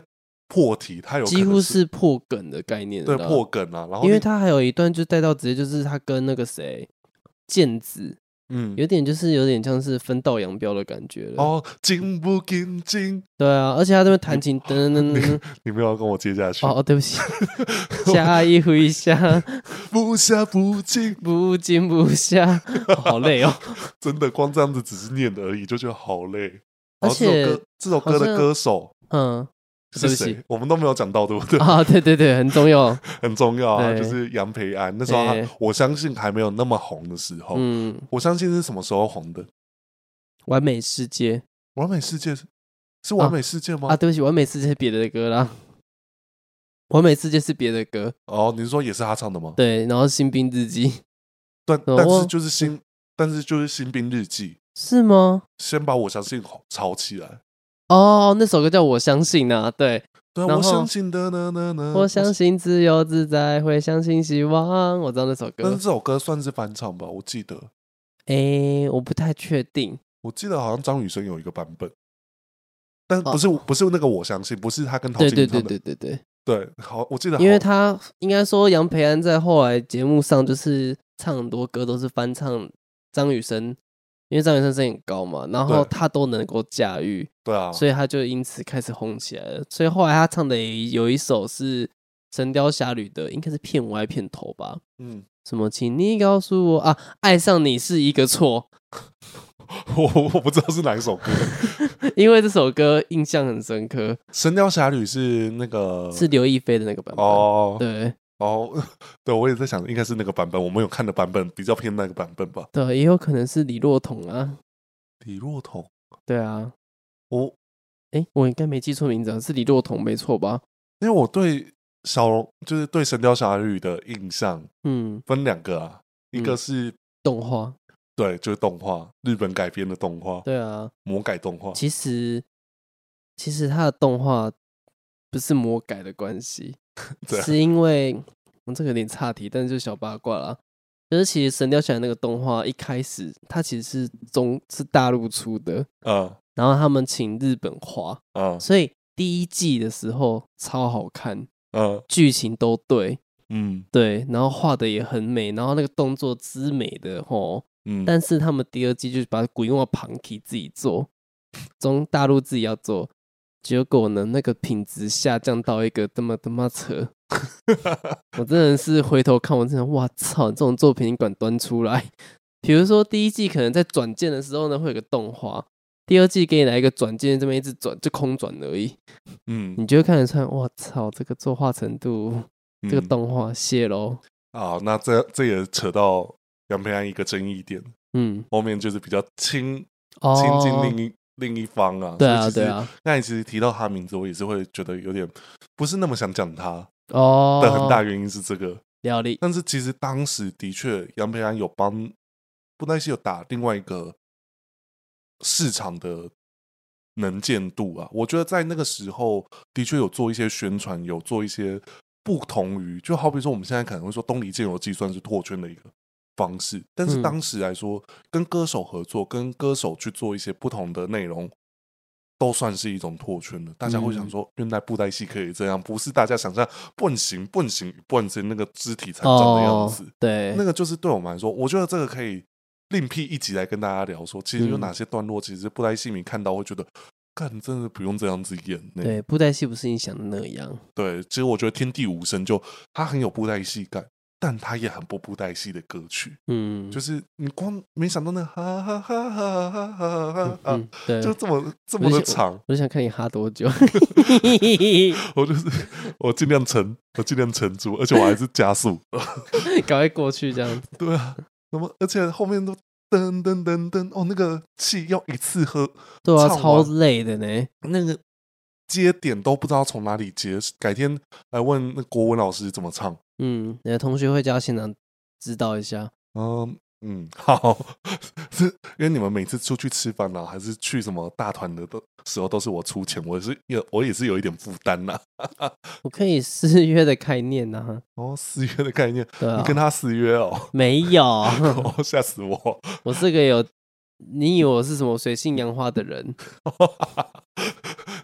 破题，他有几乎是破梗的概念， 对，破梗啊。然后因为他还有一段就带到直接就是他跟那个谁健子，嗯，有点就是有点像是分道扬镳的感觉了。 哦，进不进进？ 对啊，而且他这边弹琴，噔噔噔噔， 你没有要跟我接下去？ 哦，对不起，下一回下不下不进， 不进不下，好累哦。 真的，光这样子只是念而已，就觉得好累。 而且这首歌，这首歌的歌手， 嗯。 是谁？我们都没有讲到，对不对？ 啊，对对对，很重要， 很重要啊！就是杨培安那时候他，我相信还没有那么红的时候。嗯，我相信是什么时候红的？ 完美世界， 完美世界是是完美世界吗？ 啊，对不起，完美世界是别的歌啦。完美世界是别的歌哦，你是说也是他唱的吗？ 对，然后新兵日记， 但但是就是新，但是就是新兵日记是吗？ 先把我相信炒起来。 哦，那首歌叫我相信啊，对， 对，我相信的呢呢呢， 我相信自由自在，会相信希望，我知道那首歌， 但是这首歌算是翻唱吧，我记得， 哎，我不太确定， 我记得好像张雨生有一个版本，但不是、哦、不是那个我相信，不是他跟陶晶莹唱的， 对对对对对对对，好，我记得， 因为他应该说杨培安在后来节目上就是唱很多歌都是翻唱张雨生。因为张雨生声音很高嘛，然后他都能够驾驭， 对啊， 所以他就因此开始红起来了。所以后来他唱的有一首是《神雕侠侣》的，应该是片尾片头吧？嗯，什么？请你告诉我啊，爱上你是一个错。 我我不知道是哪一首歌， 因为这首歌印象很深刻。《 神雕侠侣》是那个是刘亦菲的那个版本哦，对。 哦，对，我也在想，应该是那个版本，我们有看的版本比较偏那个版本吧。 对，也有可能是李若彤啊。 李若彤， 对啊， 我， 哎，我应该没记错名字，是李若彤，没错吧？ 因为我对小龙，就是对《神雕侠侣》的印象，嗯，分两个啊，一个是、 嗯、动画， 对，就是动画，日本改编的动画， 对啊， 魔改动画。 其实，其实它的动画不是魔改的关系。是因为我、嗯、这个有点岔题，但是就小八卦啦。就是其实《神雕侠侣》那个动画一开始，它其实是中是大陆出的，嗯，然后他们请日本画，嗯，所以第一季的时候超好看，嗯，剧情都对，嗯，对，然后画的也很美，然后那个动作之美的吼，嗯，但是他们第二季就是把鬼用旁体自己做，中大陆自己要做。结果呢，那个品质下降到一个这么他妈扯，我真的是回头看，我真的哇操，这种作品你敢端出来？比如说第一季可能在转键的时候呢，会有个动画，第二季给你来一个转键，这边一直转，就空转而已。嗯，你就会看得出来，哇操，这个作画程度，这个动画谢喽。 啊，那这这也扯到杨培安一个争议点，嗯，后面就是比较亲亲近另一。另一方啊， 对啊，对啊。 那你其实提到他名字，我也是会觉得有点不是那么想讲他哦的很大原因是这个疗力。 但是其实当时的确，杨培安有帮布袋戏有打另外一个市场的能见度啊。我觉得在那个时候的确有做一些宣传，有做一些不同于，就好比说我们现在可能会说东离剑游记算是拓圈的一个方式，但是当时来说、嗯、跟歌手合作，跟歌手去做一些不同的内容都算是一种拓圈了。大家会想说、嗯、原来布袋戏可以这样，不是大家想象笨行笨行笨行那个肢体残障的样子、哦、 对， 那个就是对我们来说，我觉得这个可以另辟一集来跟大家聊说，其实有哪些段落、嗯、其实布袋戏迷看到会觉得干真的不用这样子演、欸、 对，布袋戏不是你想的那样。 对，其实我觉得天地无声就它很有布袋戏感，但它也很不布袋戏的歌曲，嗯，就是你光没想到那哈哈哈哈哈哈哈哈，对，就这么这么的长， 我就想看你哈多久。 我就是我尽量沉，我尽量沉住，而且我还是加速， 赶快过去这样子。 对啊，那么而且后面都噔噔噔噔，哦，那个气要一次喝， 对啊，超累的呢， 那个接点都不知道从哪里接，改天来问那国文老师怎么唱。 嗯，你的同学会叫现场指导一下。 嗯嗯，好，是因为你们每次出去吃饭啊，还是去什么大团的时候，都是我出钱，我是有我也是有一点负担呐。 我可以私约的概念呐、啊。 哦，私约的概念， 对啊， 你跟他私约哦？ 没有， 哦，吓死我！ 我是个有，你以为我是什么水性杨花的人？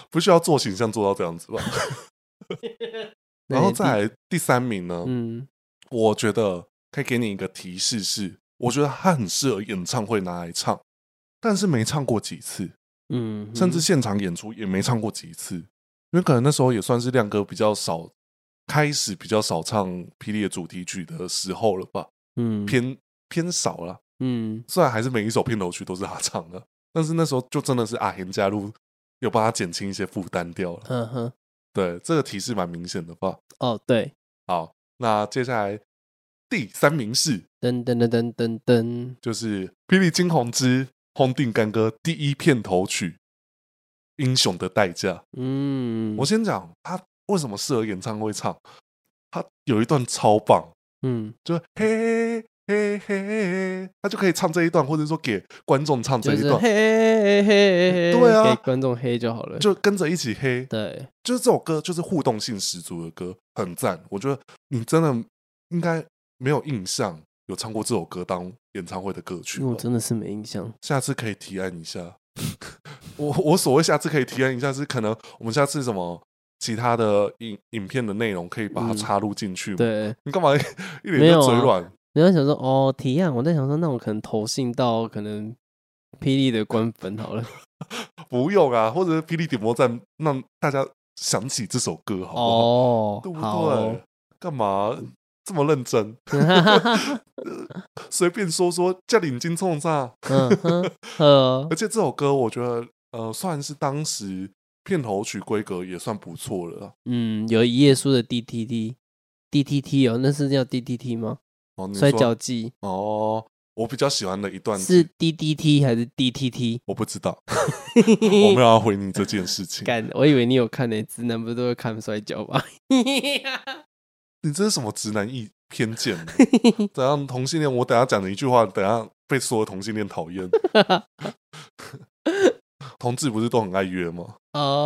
不需要做形象做到这样子吧。然后再来第三名呢，嗯，我觉得可以给你一个提示是，我觉得他很适合演唱会拿来唱，但是没唱过几次，嗯，甚至现场演出也没唱过几次，因为可能那时候也算是亮哥比较少开始比较少唱霹雳的主题曲的时候了吧，嗯，偏偏少了，嗯，虽然还是每一首片头曲都是他唱的，但是那时候就真的是阿贤加入，有帮他减轻一些负担掉了，嗯哼。对，这个提示蛮明显的吧？ 哦，对， 好，那接下来第三名是噔噔噔噔噔噔， 就是《霹雳惊鸿之轰定干戈》第一片头曲《英雄的代价》。嗯，我先讲他为什么适合演唱会唱，他有一段超棒，嗯，就嘿嘿嘿，他就可以唱这一段，或者说给观众唱这一段， 就是、嘿嘿嘿， 对啊， 给观众嘿就好了， 就跟着一起嘿。 对， 就是这首歌就是互动性十足的歌，很赞。我觉得你真的应该没有印象有唱过这首歌当演唱会的歌曲， 我真的是没印象。 下次可以提案一下。我我所谓下次可以提案一下，是可能我们下次什么其他的影影片的内容可以把它插入进去、嗯。对，你干嘛一脸就嘴软？ 你在想说哦，提案，我在想说，那我可能投信到可能霹雳的官粉好了， 不用啊，或者是霹雳点播站，让大家想起这首歌，好不好？哦，对不对？干嘛这么认真？随便说说，叫领金冲啥？嗯哼，而且这首歌，我觉得呃，算是当时片头曲规格也算不错了。 嗯，有一页书的 D T T，D T T 哦，那是叫 D T T 吗？哦，摔跤记哦，我比较喜欢的一段是 D D T 还是 D T T？ 我不知道，我没有要回你这件事情。 干，我以为你有看呢、欸，直男不是都会看摔跤吧？ 你这是什么直男意偏见？怎样同性恋？我等一下讲的一句话，等一下被所有同性恋讨厌。同志不是都很爱约吗？哦、uh, ，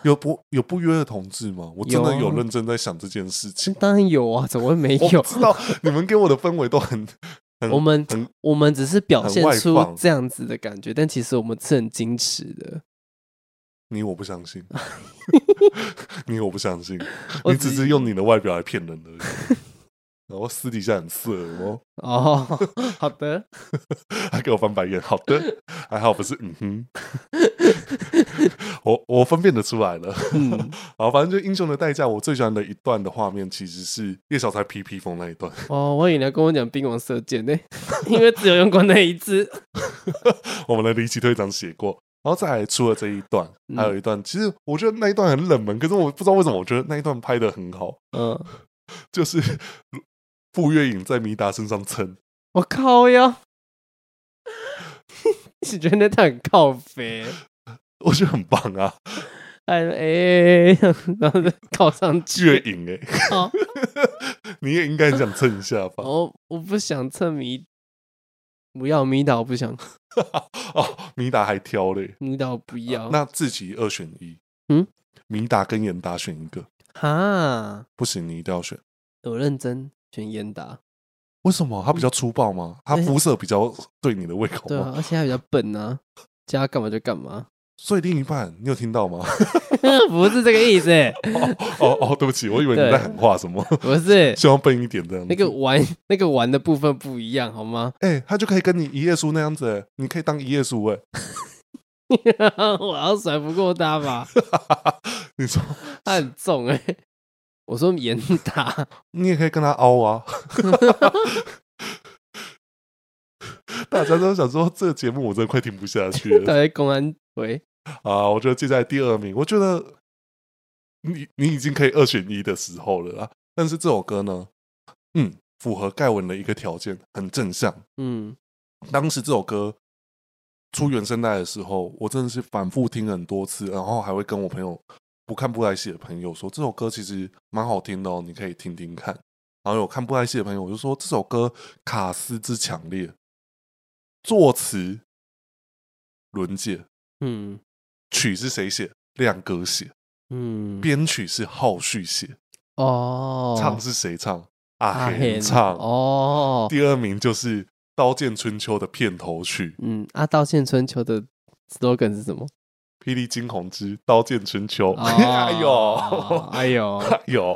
有不有不约的同志吗？我真的有认真在想这件事情。 当然有啊，怎么会没有？ 我知道你们给我的氛围都很，很我们我们只是表现出这样子的感觉，但其实我们是很矜持的。 你我不相信，你我不相信，你只是用你的外表来骗人而已。然后私底下很色哦。 哦，好的， 还给我翻白眼。好的，还好不是嗯哼。我我分辨得出来了。嗯，然后反正就英雄的代价，我最喜欢的一段的画面其实是叶小钗披披风那一段。 哦，我以为你要跟我讲兵王射箭呢，因为只有用过那一次。 我们的离奇队长写过。然后再来出了这一段，还有一段，嗯、其实我觉得那一段很冷门，可是我不知道为什么，我觉得那一段拍得很好。嗯，就是傅月影在米达身上蹭， 我靠呀！你觉得那段很靠北？ 我觉得很棒啊！ 哎哎、欸，然后再靠上去， 月影哎、欸，哦、你也应该想蹭一下吧？ 我我不想蹭米，不要米达，我不想。 哦，米达还挑嘞， 米达我不要、 啊。那自己二选一，嗯，米达跟严达选一个。哈，不行，你一定要选。 我认真选严达。 为什么？他比较粗暴吗？他肤色比较对你的胃口吗？ 对啊，而且他比较笨啊，叫他干嘛就干嘛。 所以另一半，你有听到吗？ 不是这个意思、欸。 哦哦哦，对不起，我以为你在喊话什么。 不是， 希望笨一点这样子。 那个玩那个玩的部分不一样，好吗？ 哎、欸，他就可以跟你一页书那样子、欸，你可以当一页书哎。 我要甩不过他吧？ 你说他很重哎、欸。我说严打， 你也可以跟他凹啊。大家都想说这个节目我真的快听不下去了。 大家公安喂啊，我觉得接下来第二名，我觉得你你已经可以二选一的时候了啦。但是这首歌呢，嗯，符合盖文的一个条件，很正向。嗯，当时这首歌出原声带的时候，我真的是反复听很多次，然后还会跟我朋友不看布袋戏的朋友说，这首歌其实蛮好听的哦，你可以听听看。然后有看布袋戏的朋友，我就说这首歌卡斯之强烈，作词伦介，嗯，曲是谁写？亮哥写，嗯，编曲是浩旭写，哦，唱是谁唱？阿黑唱，哦，第二名就是《刀剑春秋》的片头曲， 嗯，啊，《刀剑春秋》的 slogan 是什么？ 霹雳惊鸿之刀剑春秋》 哦哎呦哎呦哎呦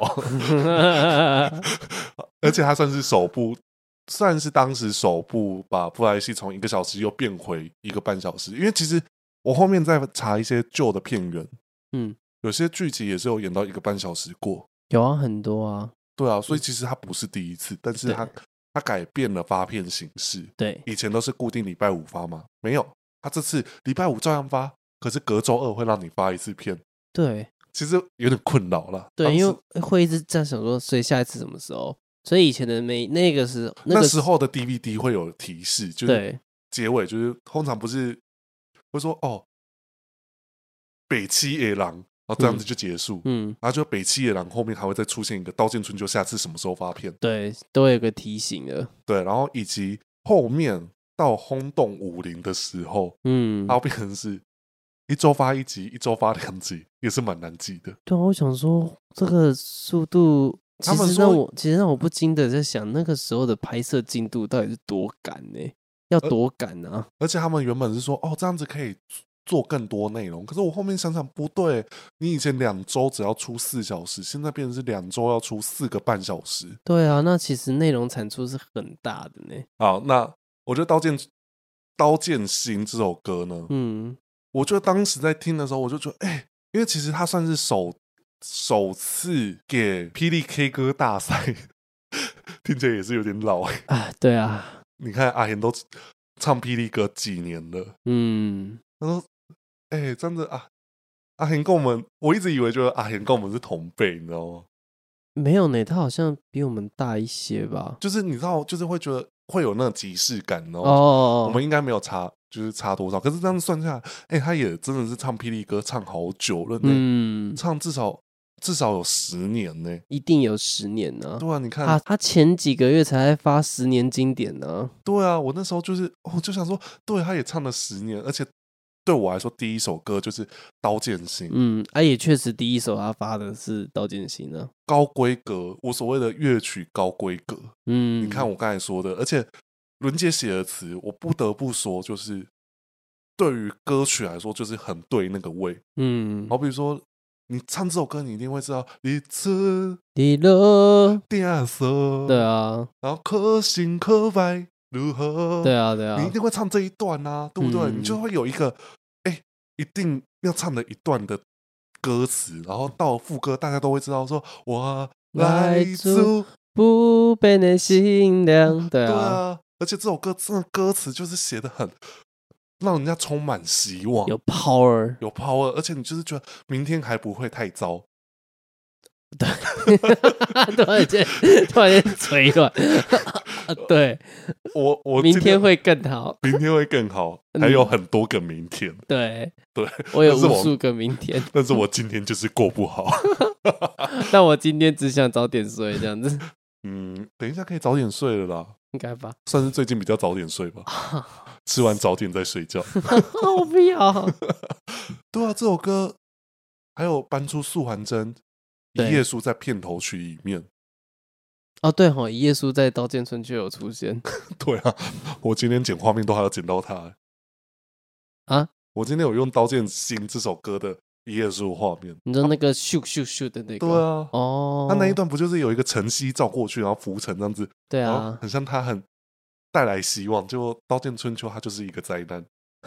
而且它算是首部算是当时首部把布莱希从一个小时又变回一个半小时，因为其实我后面在查一些旧的片源， 嗯， 有些剧集也是有演到一个半小时过。 有啊，很多啊。 对啊，所以其实它不是第一次，但是它它改变了发片形式。 对， 以前都是固定礼拜五发嘛，没有，它这次礼拜五照样发，可是隔周二会让你发一次片。 对， 其实有点困扰了。 对，因为会一直在想说，所以下一次什么时候？所以以前的每那个时候，那, 那时候的 D V D 会有提示，就是结尾就是通常不是会说哦，北七野狼，然后这样子就结束，嗯，然后就北七野狼后面还会再出现一个刀剑春秋，下次什么时候发片？ 对，都有个提醒了。 对，然后以及后面到轰动武林的时候，嗯，它变成是一周发一集，一周发两集，也是蛮难记的。 对，我想说这个速度。其实让我其实让我不禁的在想，那个时候的拍摄进度到底是多赶呢、欸？要多赶啊！ 而且他们原本是说，哦，这样子可以做更多内容。可是我后面想想，不对，你以前两周只要出四小时，现在变成是两周要出四个半小时。 对啊，那其实内容产出是很大的呢、欸。 好，那我觉得《刀剑刀剑心》这首歌呢，嗯，我觉得当时在听的时候，我就觉得，哎、欸，因为其实它算是首。首次给霹雳 K 歌大赛，听起来也是有点老哎、欸、 啊！对啊， 你看阿贤都唱霹雳歌几年了，嗯，他说：“哎、欸，真的啊，阿贤跟我们，我一直以为就是阿贤跟我们是同辈，你知道吗？ 没有呢，他好像比我们大一些吧。 就是你知道，就是会觉得会有那种即视感，然后哦，我们应该没有差。”就是差多少？可是这样算下来，哎、欸，他也真的是唱霹雳歌唱好久了呢，嗯，唱至少至少有十年呢， 一定有十年呢、啊。 对啊，你看他他前几个月才在发十年经典呢、啊。 对啊，我那时候就是我就想说，对，他也唱了十年，而且对我来说，第一首歌就是《刀剑心》。 嗯，啊，也确实第一首他发的是《刀剑心》呢， 高规格，我所谓的乐曲高规格。嗯，你看我刚才说的，而且。伦杰写的词，我不得不说，就是对于歌曲来说，就是很对那个味。嗯，好比说，你唱这首歌，你一定会知道“一次你了点色”， 对啊， 然后可信可拜如何？ 对啊，对啊， 你一定会唱这一段啊，对不对？嗯、你就会有一个，哎，一定要唱的一段的歌词，然后到副歌，大家都会知道说，我来自不变的心凉，对啊。 对啊，而且这首歌真的歌词就是写的很让人家充满希望， 有 power， 有 power， 而且你就是觉得明天还不会太糟。 对，突然间突然间嘴软，对， 我我明天会更好， 明天会更好，还有很多个明天。 嗯、对对， 我有无数个明天， 但是我今天就是过不好。 但我今天只想早点睡，这样子。 嗯，等一下可以早点睡了啦， 应该吧？ 算是最近比较早点睡吧。吃完早点再睡觉。 我不要。 对啊，这首歌还有搬出素还真、一页书在片头曲里面。 哦，对哈、哦，一页书在《刀剑春秋》有出现。 对啊，我今天剪画面都还要剪到它。 啊， 我今天有用《刀剑心》这首歌的一页书画面。 你知道那个咻咻咻的那个？ 对啊，哦，他那一段不就是有一个晨曦照过去，然后浮沉这样子？ 对啊， 很像他很带来希望。结果《刀剑春秋》它就是一个灾难。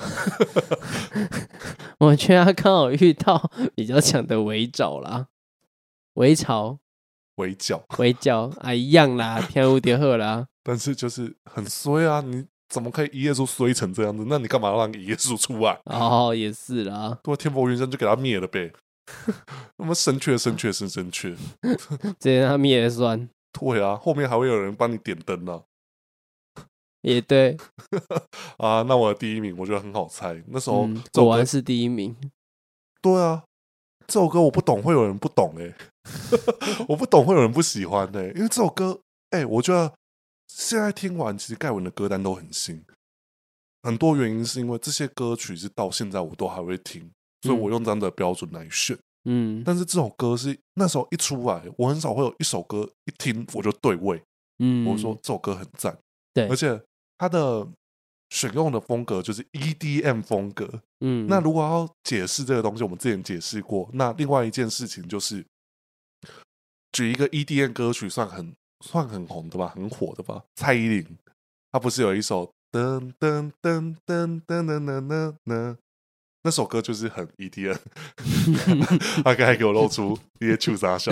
我觉得他刚好遇到比较强的围剿啦，围巢、 围剿、 围剿啊，一样啦，天无敌鹤啦。 但是就是很衰啊！你怎么可以一页书衰成这样子？那你干嘛让一页书出来？ 哦，也是啦。 对，天佛云山就给他灭了呗。那么神阙、神阙、神神阙， 直接让他灭了算。 对啊，后面还会有人帮你点灯啊。 也对啊，那我的第一名我觉得很好猜。那时候、嗯、 果然是第一名。 对啊，这首歌我不懂，会有人不懂哎、欸，我不懂会有人不喜欢哎、欸，因为这首歌哎、欸，我觉得现在听完，其实盖文的歌单都很新。很多原因是因为这些歌曲是到现在我都还会听，所以我用这样的标准来选。嗯，但是这首歌是那时候一出来，我很少会有一首歌一听我就对味。嗯，我说这首歌很赞， 对， 而且它的选用的风格就是 E D M 风格。 嗯， 那如果要解释这个东西，我们之前解释过。那另外一件事情就是，举一个 E D M 歌曲算很算很红的吧，很火的吧？蔡依林，她不是有一首噔噔噔噔噔噔噔噔噔，那首歌就是很 E D M。她刚才给我露出一些糗傻笑，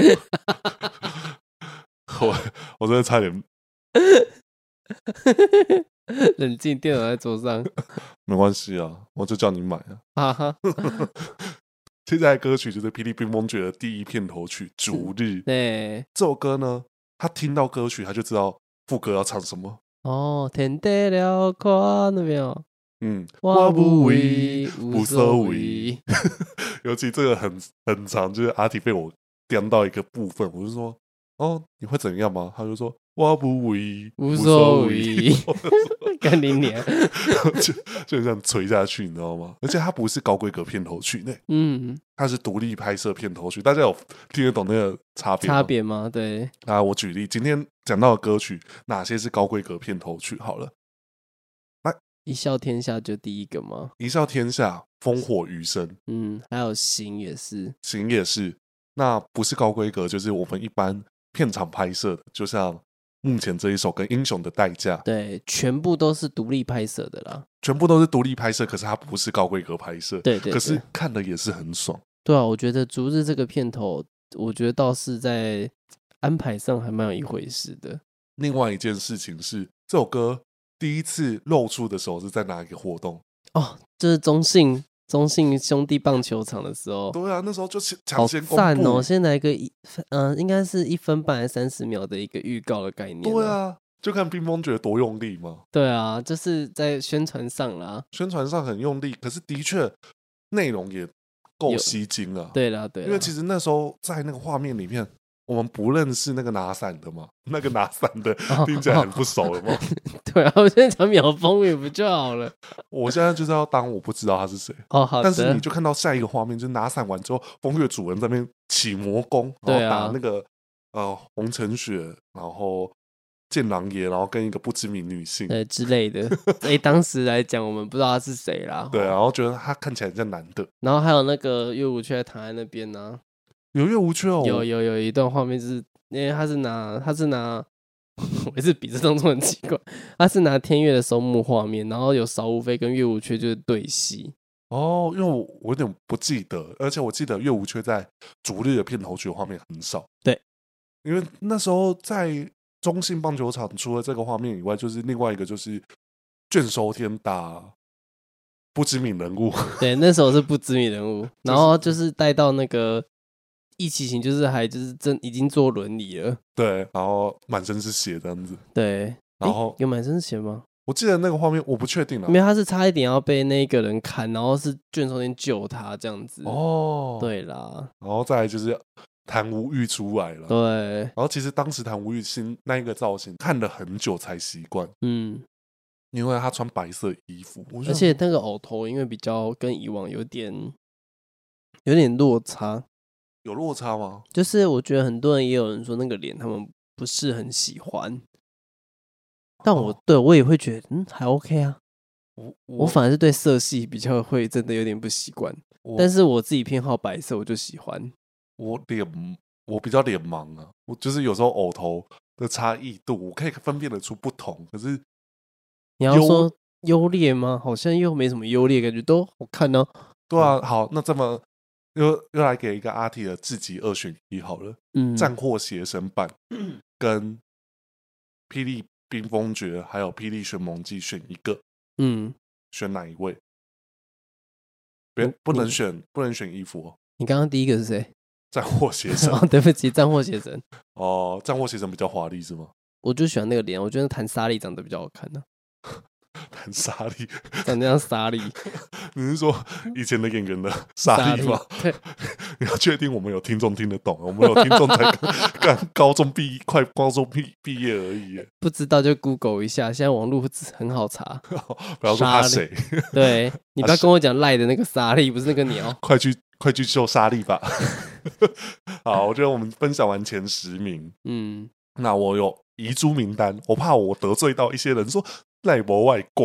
我我真的差点。 冷静，电脑在桌上。 没关系啊，我就叫你买啊。 哈哈， 现在的歌曲就是《霹雳冰封诀》的第一片头曲《逐日》。 对， 这首歌呢，他听到歌曲他就知道副歌要唱什么。 哦，天地辽阔那边哦。 嗯， 我不为无所谓。 尤其这个很很长，就是阿提被我颠到一个部分，我就说：“哦，你会怎样吗？”他就说：“我不为无所谓。”干你娘！ 就就这样垂下去，你知道吗？而且它不是高规格片头曲呢，嗯，它是独立拍摄片头曲。大家有听得懂那个差别吗？ 差别吗？对啊，我举例，今天讲到的歌曲哪些是高规格片头曲？好了， 来，一笑天下就第一个吗？ 一笑天下，烽火余生， 嗯，还有行也是， 行也是。那不是高规格，就是我们一般片场拍摄的，就像目前这一首跟《英雄的代价》， 对，全部都是独立拍摄的啦， 全部都是独立拍摄，可是它不是高规格拍摄， 对 对, 对， 可是看的也是很爽。 对啊，我觉得《逐日》这个片头，我觉得倒是在安排上还蛮有一回事的。 另外一件事情是，这首歌第一次露出的时候是在哪一个活动？ 哦，就是中信。中信兄弟棒球场的时候， 对啊，那时候就抢先公布， 好赞哦！先来一个一，嗯、呃，应该是一分半还是三十秒的一个预告的概念。 对啊，就看冰封诀多用力嘛。 对啊，就是在宣传上啦， 宣传上很用力，可是的确内容也够吸睛啊。 对啦，对啦， 因为其实那时候在那个画面里面，我们不认识那个拿伞的嘛，那个拿伞的听起来很不熟了嘛。 对啊，我现在讲秒风雨不就好了？ 我现在就是要当我不知道他是谁哦，好的。 但是你就看到下一个画面，就是拿伞完之后，风月主人在那边起魔功，然后打那个、啊、呃红尘雪，然后剑狼爷，然后跟一个不知名女性对之类的。哎，当时来讲，我们不知道他是谁啦。 对啊，然后觉得他看起来像男的。 然后还有那个岳无缺躺在那边呢、啊。 有岳无缺哦， 有有有一段画面，就是因为他是拿他是拿，我一直比这动作很奇怪，他是拿天月的收幕画面，然后有邵武飞跟岳无缺就是对戏。 哦，因为我我有点不记得，而且我记得岳无缺在逐日的片头曲画面很少。 对， 因为那时候在中信棒球场，除了这个画面以外，就是另外一个就是卷收天打不知名人物。 对，那时候是不知名人物，然后就是带到那个一骑行，就是还就是真已经坐轮椅了。 对，然后满身是血这样子。 对， 然后有满身是血吗？ 我记得那个画面我不确定了， 因为他是差一点要被那个人砍，然后是卷收天救他这样子。哦，对啦， 然后再来就是谭无欲出来了。 对， 然后其实当时谭无欲新那一个造型看了很久才习惯，嗯，因为他穿白色衣服， 而且那个偶头因为比较跟以往有点有点落差。 有落差吗？ 就是我觉得很多人也有人说那个脸他们不是很喜欢。但我、哦、对我也会觉得，嗯，还 OK 啊。我我反而是对色系比较会真的有点不习惯，但是我自己偏好白色，我就喜欢。 我脸我比较脸盲啊，我就是有时候偶头的差异度，我可以分辨得出不同。可是你要说优劣吗？好像又没什么优劣，感觉都好看呢、啊。 对啊，好，那这么又又来给一个阿 T 的自己二选一好了。嗯，战祸邪神版跟霹雳冰封诀还有霹雳旋梦记选一个，嗯，选哪一位？别不能选，不能选衣服哦。 你刚刚第一个是谁？ 战祸邪神。 哦，对不起，战祸邪神。 哦，战祸邪神比较华丽是吗？ 我就喜欢那个脸，我觉得谭沙莉长得比较好看呢、 啊。谭沙莉长得像沙莉。 你是说以前的演员的沙莉吗？ 对， 你要确定我们有听众听得懂，我们有听众才刚高中毕快高中毕毕业而已。 不知道就 Google 一下，现在网络很好查。 不要说他谁， 对你不要跟我讲赖的那个沙莉，不是那个鸟。 快去快去救沙莉吧。好，我觉得我们分享完前十名，嗯，那我有遗珠名单，我怕我得罪到一些人说赖博外挂，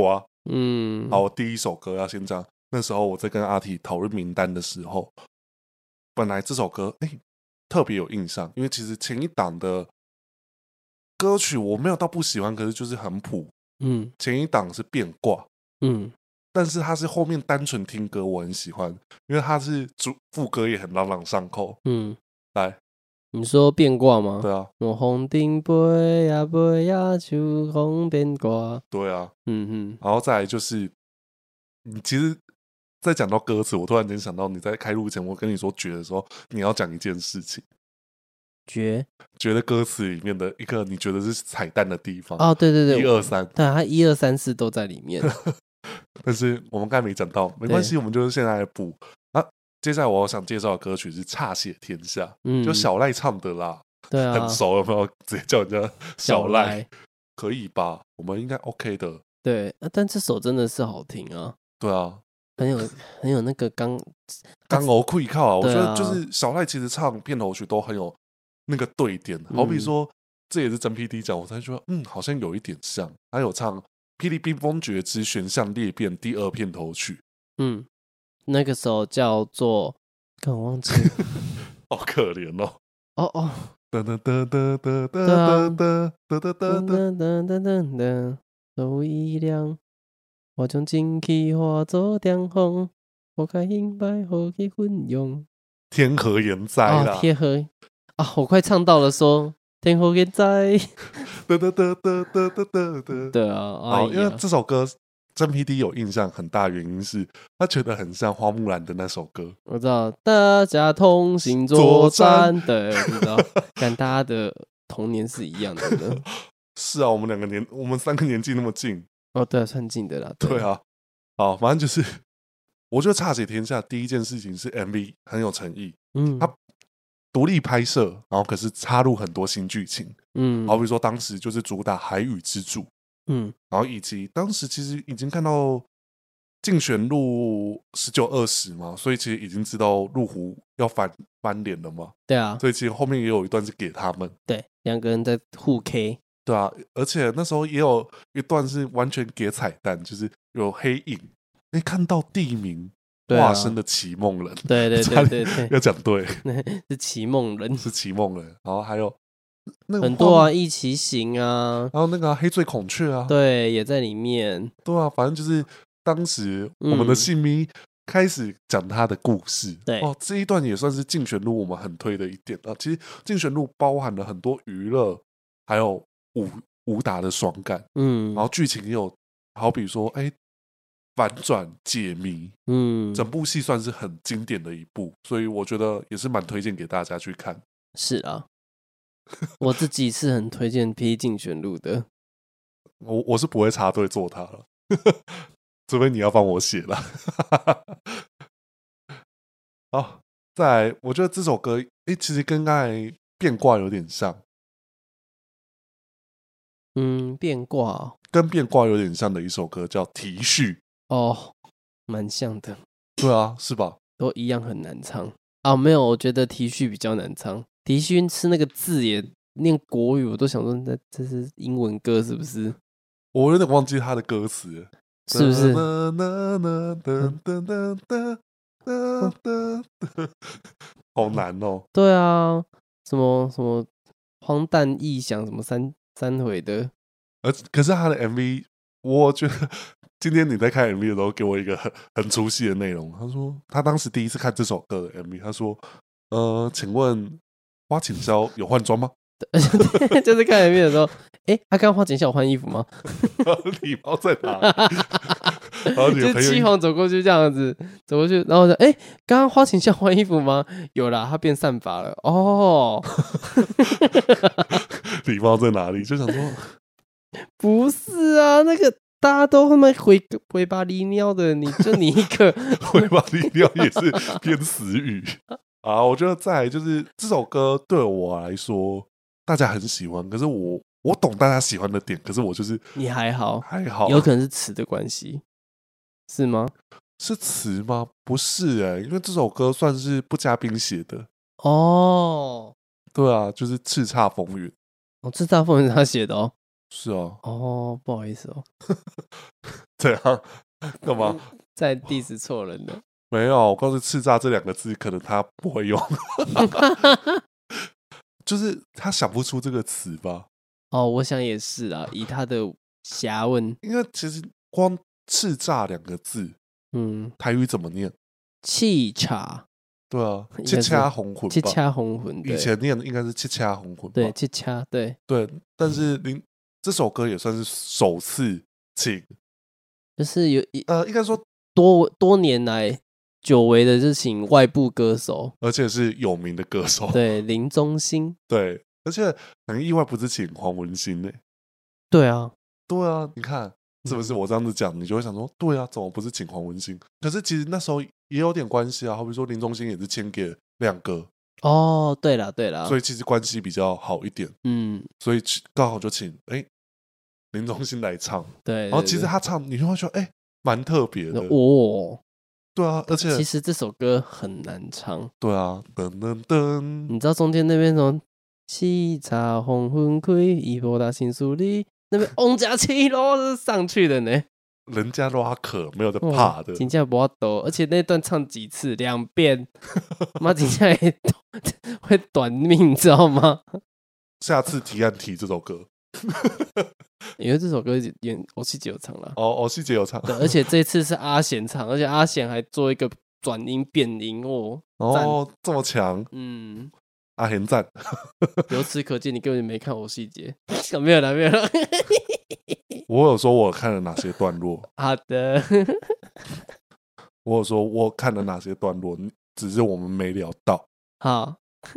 嗯， 好，我第一首歌要先讲。那时候我在跟阿体讨论名单的时候，本来这首歌哎、欸、特别有印象，因为其实前一档的歌曲我没有到不喜欢，可是就是很普。 嗯， 前一档是变卦， 嗯， 但是它是后面单纯听歌我很喜欢，因为它是主副歌也很朗朗上口。 嗯， 来， 你说变卦吗？ 对啊， 我红顶杯呀杯呀，就红变卦。 对啊， 嗯哼， 然后再来就是，你其实，在讲到歌词，我突然间想到你在开录前，我跟你说绝的时候，你要讲一件事情。 绝觉得歌词里面的一个你觉得是彩蛋的地方哦，对对对， 一二三， 对，它一二三四都在里面。 但是我们刚才没讲到，没关系，我们就是现在来补啊。接下来我想介绍的歌曲是《歃血天下》， 嗯， 就小赖唱的啦， 对啊， 很熟有没有？直接叫人家小赖， 赖可以吧？我们应该 OK 的。 对，啊但这首真的是好听啊， 对啊， 很有很有那个刚刚欧可以靠啊，我觉对啊得就是小赖其实唱片头曲都很有那个对点，好比说。这也是真 P D 讲，我才觉得嗯，好像有一点像。他有唱《霹雳冰封诀之玄象裂变》第二片头曲， 嗯，那个时候叫做，看我忘记了， 好可怜哦。 哦哦， 噔噔噔噔噔噔对啊， 噔噔噔噔噔噔噔噔噔噔，手一亮，我将真气化作电风，我该明白何去运用。 天河延灾啊， 啦， 天河啊，我快唱到了说。天后现在， 噔噔噔噔噔噔噔噔。 对啊， 好，因为这首歌真 P D 有印象很大原因是他觉得很像花木兰的那首歌。 我知道，大家同行作战，对，我知道，跟大家的童年是一样的呢。 是啊，我们两个年，我们三个年纪那么近。 哦，对啊，算近的啦。 对, 对啊，好，反正就是，我觉得《歃血天下》第一件事情是 M V 很有诚意，嗯，他。独立拍摄，然后可是插入很多新剧情，嗯，好比说当时就是主打海宇之柱，嗯，然后以及当时其实已经看到竞选路十九二十嘛，所以其实已经知道陆虎要翻翻脸了嘛， 对啊， 所以其实后面也有一段是给他们， 对，两个人在互 K， 对啊，而且那时候也有一段是完全给彩蛋，就是有黑影，哎，看到地名。化身的齐梦人， 对对对对对， 要讲对， 是齐梦人， 是齐梦人，然后还有那个很多啊，一起行啊， 然后那个、啊、黑醉孔雀啊， 对，也在里面， 对啊，反正就是当时我们的信咪开始讲他的故事， 对、 嗯、哦，这一段也算是竞选路我们很推的一点啊。其实竞选路包含了很多娱乐，还有武武打的爽感，嗯，然后剧情也有，好比说，哎。反转解谜，嗯，整部戏算是很经典的一部，所以我觉得也是蛮推荐给大家去看。 是啊，我自己是很推荐《P 竞选录》的。 我我是不会插队做它了，除非你要帮我写了。好，再来，我觉得这首歌，哎、欸，其实跟刚才变卦有点像。 嗯，变卦跟变卦有点像的一首歌叫《题序》。 哦，蛮像的。 对啊，是吧？ 都一样很难唱啊。没有，我觉得题序比较难唱。题序是那个字也念国语，我都想说，那这是英文歌是不是？ 我有点忘记他的歌词， 是不是？ 好难哦。 对啊，什么什么荒诞异想，什么三三回的。 而可是他的 M V， 我觉得。今天你在看 M V 的时候，给我一个很很出戏的内容。他说他当时第一次看这首歌的 M V， 他说：“呃，请问花锦霄有换装吗？” 就是看 M V 的时候，哎、欸，他刚刚花锦霄有换衣服吗？ 礼貌在哪里？然后你的朋友就七皇走过去这样子走过去，然后说：“哎、欸，刚刚花锦霄换衣服吗？有啦，他变散发了。”哦， 礼貌在哪里？就想说， 不是啊，那个。大家都他妈回回巴利尿的，你就你一个回巴利尿也是偏死语啊！我觉得再来就是这首歌对我来说，大家很喜欢，可是我我懂大家喜欢的点，可是我就是你还好还好， 有可能是词的关系，是吗？ 是词吗？不是哎、欸，因为这首歌算是不加冰写的哦。 对啊，就是叱咤风云哦，叱咤风云是他写的哦。 是啊， 哦，不好意思哦， 怎样？干嘛？ 在 diss 错人了。 没有，我告诉你，叱咤这两个字可能他不会用，就是他想不出这个词吧？ 哦，我想也是啊，以他的侠问， 因为其实光叱咤两个字， 嗯， 台语怎么念？ 气茶， 对啊，七应该是掐红魂吧， 气掐红魂，对以前念的应该是七掐红魂吧， 对，气掐，对， 对，但是林这首歌也算是首次请， 就是有一呃，应该说， 多多年来久违的，就是请外部歌手， 而且是有名的歌手， 对，林中兴， 对，而且很意外，不是请黄文兴呢、 对啊， 对啊，你看是不是？我这样子讲，你就会想说，对啊，怎么不是请黄文兴？可是其实那时候也有点关系啊，好比说林中兴也是签给亮哥， 哦，对了对了， 所以其实关系比较好一点， 嗯， 所以刚好就请哎、林中兴来唱， 对， 然后其实他唱，你就会说，哎、蛮特别的， 哦， 对啊，而且其实这首歌很难唱， 对啊，噔噔噔， 你知道中间那边什么？七茶红昏开，一波大新书里，那边翁家七楼是上去的呢， 人家 rock 没有在怕的， 真正不要抖，而且那段唱几次，两遍，妈真正会会短命，你知道吗？ 下次提案提这首歌， 因为这首歌演欧气姐有唱了， 哦哦，细节有唱， 对，而且这次是阿贤唱，而且阿贤还做一个转音变音哦， 哦，这么强， 嗯， 阿贤赞， 由此可见你根本没看我细节，没有了没有了， 我有说我看了哪些段落， 好的， 我有说我看了哪些段落，只是我们没聊到。 好，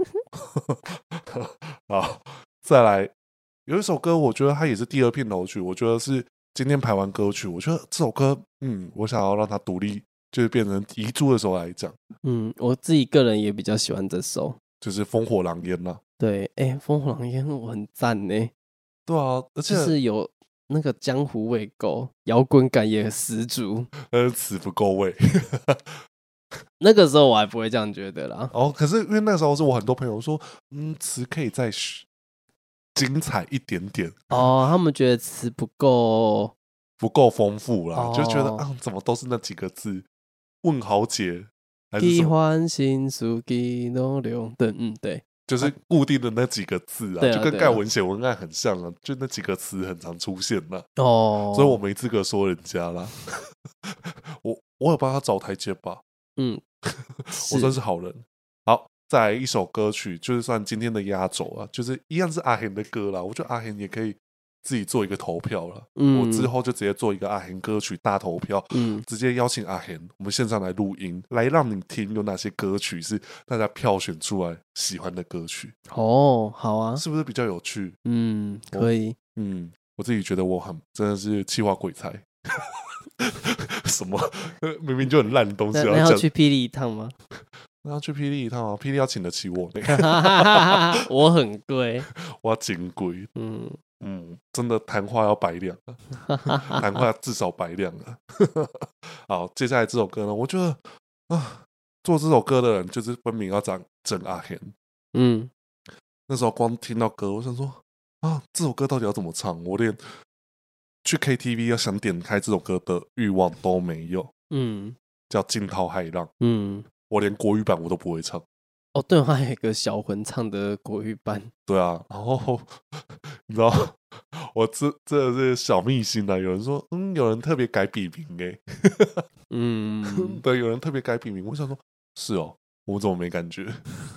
好，再来有一首歌，我觉得它也是第二片头曲，我觉得是今天排完歌曲，我觉得这首歌，嗯，我想要让它独立，就是变成遗珠的时候来讲， 嗯，我自己个人也比较喜欢这首， 就是烽火狼烟呐、 对，哎，烽火狼烟我很赞呢， 对啊，而且就是有那个江湖味够，摇滚感也十足。 呃词不够味。 那个时候我还不会这样觉得啦。 哦，可是因为那时候是我很多朋友说，嗯，词可以再精彩一点点， 哦，他们觉得词不够， 不够丰富啦， 哦就觉得啊，怎么都是那几个字？问豪杰还是喜什么？ 欢心属给诺流对，嗯，对， 就是固定的那几个字啊， 对啊就跟对啊盖文写文案很像啊，就那几个词很常出现啦， 哦， 所以我没资格说人家啦。我我有帮他找台阶吧， 嗯， 我算是好人。好，再来一首歌曲，就是算今天的压轴啊，就是一样是阿贤的歌啦。我觉得阿贤也可以自己做一个投票了。 嗯我之后就直接做一个阿贤歌曲大投票， 嗯， 直接邀请阿贤，我们线上来录音，来让你听有哪些歌曲是大家票选出来喜欢的歌曲， 哦，好啊， 是不是比较有趣？ 嗯，可以， 嗯，我自己觉得我很真的是气化鬼才。什么？呃明明就很烂的东西那那要要讲， 去霹雳一趟吗？ 那要去霹雳一趟啊！霹雳要请得起我呢， 我很贵， 我要金贵。 嗯， 嗯，真的谈话要百两啊，谈话至少百两啊。好，接下来这首歌呢，我觉得啊，做这首歌的人就是分明要讲整阿贤。 嗯， 那时候光听到歌，我想说啊，这首歌到底要怎么唱？我连去 K T V 要想点开这首歌的欲望都没有。 嗯， 叫惊涛骇浪， 嗯， 我连国语版我都不会唱。 哦，对，还有一个小魂唱的国语版， 对啊，然后你知道，我这这是小秘辛啊。有人说，嗯，有人特别改笔名哎、 嗯， 对，有人特别改笔名。我想说，是哦，我怎么没感觉？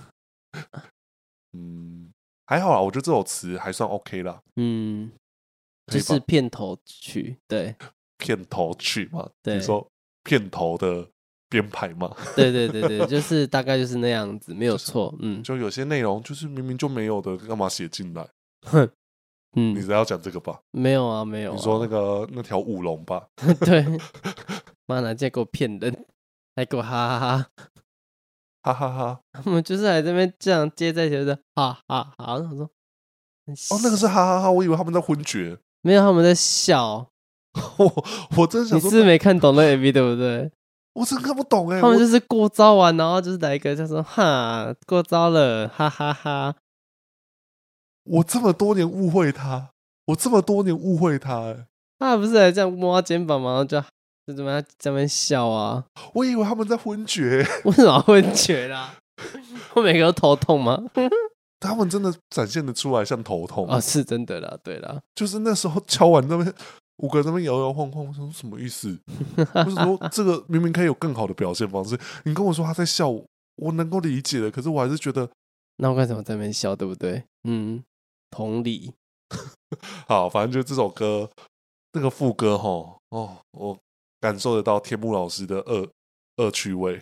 嗯，还好啦，我觉得这首词还算 OK 啦。 嗯， 可以吧就是片头曲，对， 片头曲嘛， 对你说片头的编排嘛， 对对对对，就是大概就是那样子，没有错，嗯， 就有些内容就是明明就没有的，干嘛写进来？ 哼，嗯， 你只要讲这个吧？ 没有啊，没有、啊， 你说那个那条舞龙吧？ 对，妈哪竟然给我骗人，还给我哈哈哈， 哈哈哈！ 他们就是来这边这样接在一起的，哈哈哈，我说， 哦，那个是哈哈哈，我以为他们在昏厥。 没有，他们在笑， 我我真的想说， 你是没看懂那 M V 对不对？ 我真看不懂哎、欸。 他们我就是过招完，然后就是来一个叫做哈过招了，哈哈哈。 我这么多年误会他，我这么多年误会他、欸， 他不是还这样摸他肩膀吗？然后就就怎么在那边笑啊？ 我以为他们在昏厥， 为什么会觉啦？我每个都头痛吗？ 他们真的展现的出来像头痛啊、哦，是真的啦，对啦， 就是那时候敲完那边五个人那边摇摇晃晃，我说什么意思？我是说这个明明可以有更好的表现方式，你跟我说他在笑，我能够理解的，可是我还是觉得， 那我干什么在那边笑，对不对？嗯，同理。 好，反正就这首歌那个副歌哈，哦，我感受得到天幕老师的恶恶趣味。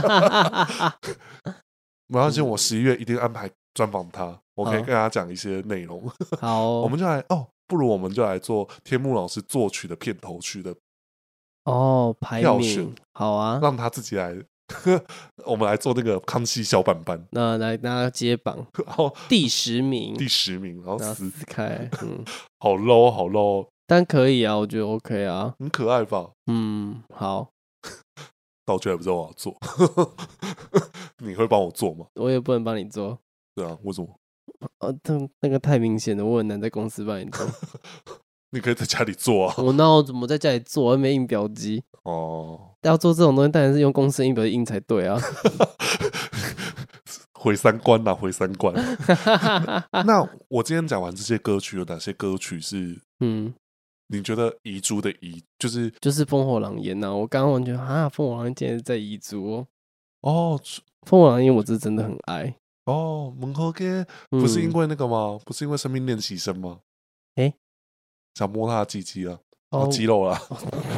没关系，我十一月一定安排专访他，我可以跟他讲一些内容。 好、哦， 我们就来哦，不如我们就来做天幕老师作曲的片头曲的哦排票选名，好啊， 让他自己来。我们来做那个康熙小板板， 那来拿接榜， 然后第十名， 第十名，然后撕开，嗯， 好 low 好 low， 但可以啊，我觉得 OK 啊， 很可爱吧？ 嗯，好， 道具还不知道我要做，你会帮我做吗？ 我也不能帮你做， 对啊，为什么？ 哦，那那个太明显了，我很难在公司帮你做。 你可以在家里做啊。 我那我怎么在家里做？我又没印表机。 哦， 要做这种东西，当然是用公司印表机印才对啊。 毁三观呐、啊，毁三观。那我今天讲完这些歌曲，有哪些歌曲是嗯，你觉得遗珠的遗，就是就是烽火狼烟呐、啊？我刚刚完全啊，烽火狼烟竟然是在遗珠哦。 哦， 烽火狼烟我是真的很爱。 哦，门口给不是因为那个吗？嗯、不是因为生命练习生吗？ 哎、欸， 想摸他的鸡鸡啊，哦，肌肉啦。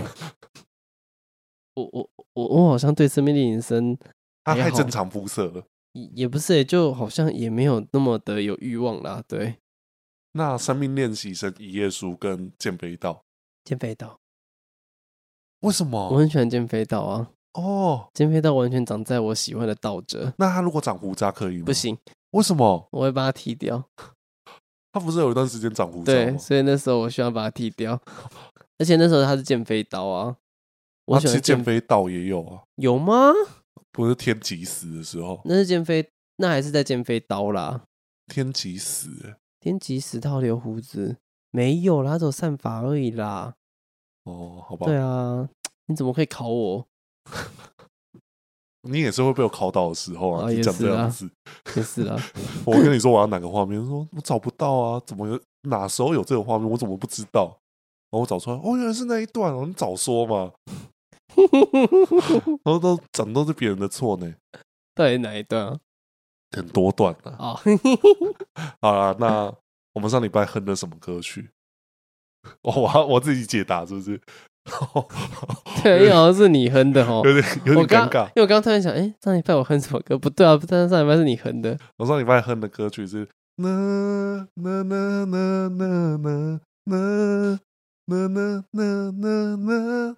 我我我我好像对生命练习生， 他太正常肤色了。 也不是、欸，就好像也没有那么的有欲望啦。对， 那生命练习生、一页书跟剑飞道， 剑飞道为什么？ 我很喜欢剑飞道啊。 哦， 剑飞道完全长在我喜欢的道者。 那他如果长胡渣可以吗？ 不行， 为什么？ 我会把它剃掉。 他不是有一段时间长胡渣吗？ 对，所以那时候我需要把它剃掉。而且那时候他是剑飞刀啊， 我喜欢剑飞道也有啊， 有吗？ 不是天极死的时候， 那是剑飞，那还是在剑飞刀啦。 天极死、欸， 天极死他留胡子没有啦，他只有散发而已啦。 哦，好吧。 对啊，你怎么可以考我？ 你也是会被我考到的时候啊！啊你讲这样子， 也是啦。 我跟你说我要哪个画面，说我找不到啊，怎么有哪时候有这个画面，我怎么不知道？然后我找出来，哦，原来是那一段哦，你早说嘛！然后都讲都是别人的错呢。 到底哪一段啊？ 很多段啊。 哦， 好啦，那我们上礼拜哼的什么歌曲？哦、我我我自己解答是不是？ 对，因为好像是你哼的哦， 有点有点尴尬。 因为我刚突然想，哎、欸，上礼拜我哼什么歌？不对啊，但是上礼拜是你哼的。 我上礼拜哼的歌曲是那那那那那那那那那那那那，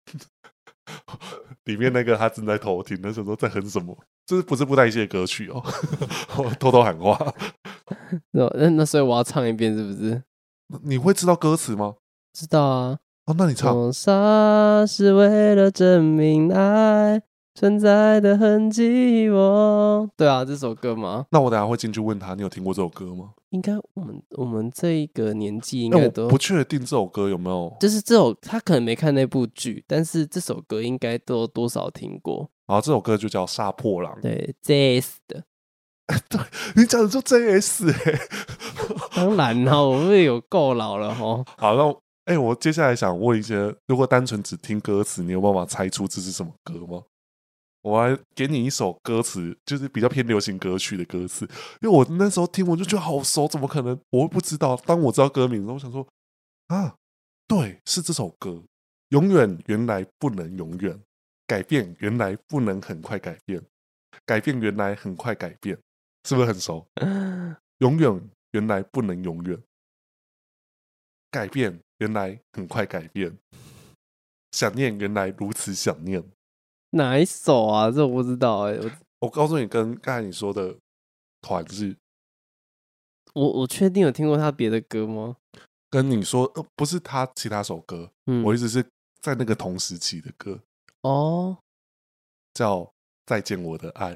里面那个他正在偷听，那时候在哼什么？这是不是布袋戏的歌曲哦？我偷偷喊话。 那那所以我要唱一遍，是不是？ 你会知道歌词吗？ 知道啊。 哦，那你唱。 谋杀是为了证明爱存在的痕迹。我，对啊，这首歌吗？ 那我等一下会进去问他，你有听过这首歌吗？ 应该我们我们这一个年纪应该都、 欸、我不确定这首歌有没有， 就是这首他可能没看那部剧，但是这首歌应该都多少听过。 然后这首歌就叫《杀破狼》， 对 ，J S 的。 对，你讲的就 J S 哎、欸， 当然啦，我们有够老了齁。 好，那哎、欸，我接下来想问一些，如果单纯只听歌词，你有办法猜出这是什么歌吗？我来给你一首歌词，就是比较偏流行歌曲的歌词，因为我那时候听我就觉得好熟，怎么可能我会不知道？当我知道歌名的时候，我想说啊，对，是这首歌。永远原来不能永远，改变原来不能很快改变，改变原来很快改变，是不是很熟？永远原来不能永远，改变原来很快改变，想念原来如此想念。 哪一首啊？这我不知道哎、欸。我我告诉你，跟刚才你说的团是， 我我确定有听过他别的歌吗？ 跟你说，呃，不是他其他首歌，嗯，我一直是在那个同时期的歌哦， 叫《再见我的爱》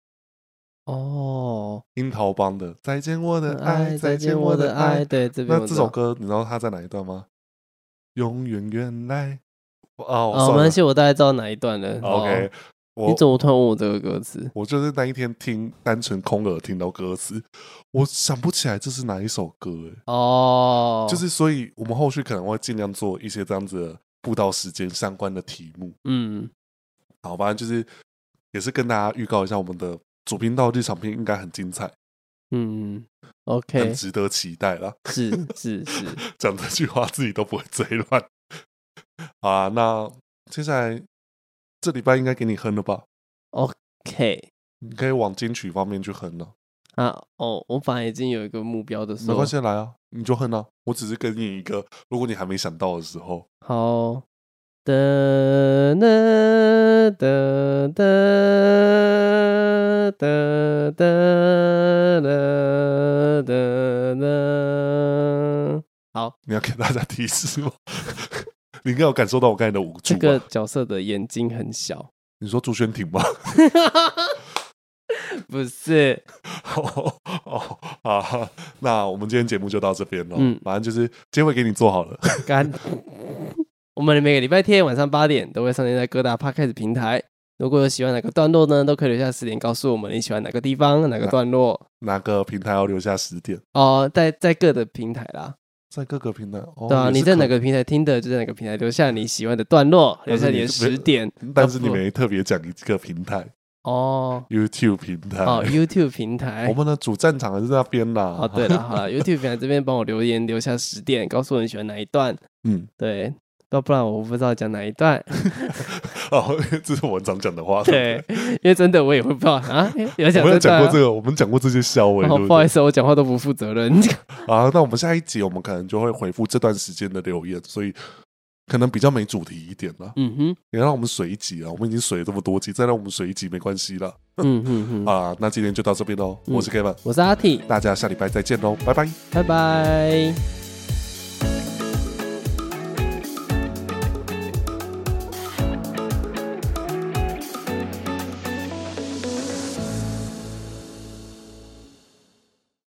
哦， 樱桃帮的《再见我的爱》， 再见我的爱，对，这边那这首歌你知道他在哪一段吗？ 永远原来。哦， 哦，没关系，我大概知道哪一段了。 OK， 哦、你怎么突然问我这个歌词？ 我就是那一天听单纯空耳听到歌词，我想不起来这是哪一首歌哎。 哦， 就是所以我们后续可能会尽量做一些这样子的布道时间相关的题目。 嗯， 好，反正就是也是跟大家预告一下，我们的主频道日常片应该很精彩。 嗯 ，OK， 很值得期待啦。 是是是， 讲这句话自己都不会嘴软。好啊，那接下来这礼拜应该给你哼了吧 ？OK， 你可以往金曲方面去哼了。 啊，哦，我本来已经有一个目标的时候， 没关系，来啊，你就哼啊。我只是给你一个，如果你还没想到的时候， 好。哒哒哒哒哒哒哒哒哒。好， 你要给大家提示吗？你应该有感受到我刚才的无助吧。 这个角色的眼睛很小。 你说朱轩婷吗？ 不是。 哦哦好，那我们今天节目就到这边了。 嗯， 反正就是结尾给你做好了。 干。我们每个礼拜天晚上八点都会上线在各大 Podcast 平台。如果有喜欢哪个段落呢，都可以留下十点告诉我们你喜欢哪个地方、哪个段落。 哪个平台要留下十点？ 哦，在在各的平台啦。 在各个平台。哦、 对啊，你在哪个平台听的，就在哪个平台留下你喜欢的段落，留下你的十点。 但是你没特别讲一个平台。 哦 ，YouTube 平台。 哦 ，YouTube 平台。 我们的主战场还是在那边啦。 哦，对了，好了，YouTube 平台这边帮我留言留下十点，告诉我你喜欢哪一段。嗯，对。要不然我不知道讲哪一段。 哦，这是我很常讲的话。 对，因为真的我也会不知道啊。有讲、啊、 我们有讲过这个，我们讲过这些笑话、哦。 不好意思，我讲话都不负责任。 啊，那我们下一集我们可能就会回复这段时间的留言，所以可能比较没主题一点了。嗯哼，也让我们水一集啊，我们已经水了这么多集，再让我们水一集没关系了。嗯哼哼。啊，那今天就到这边喽。我是 Kevin，、嗯、 我是阿 T， 大家下礼拜再见喽，拜拜， 拜拜。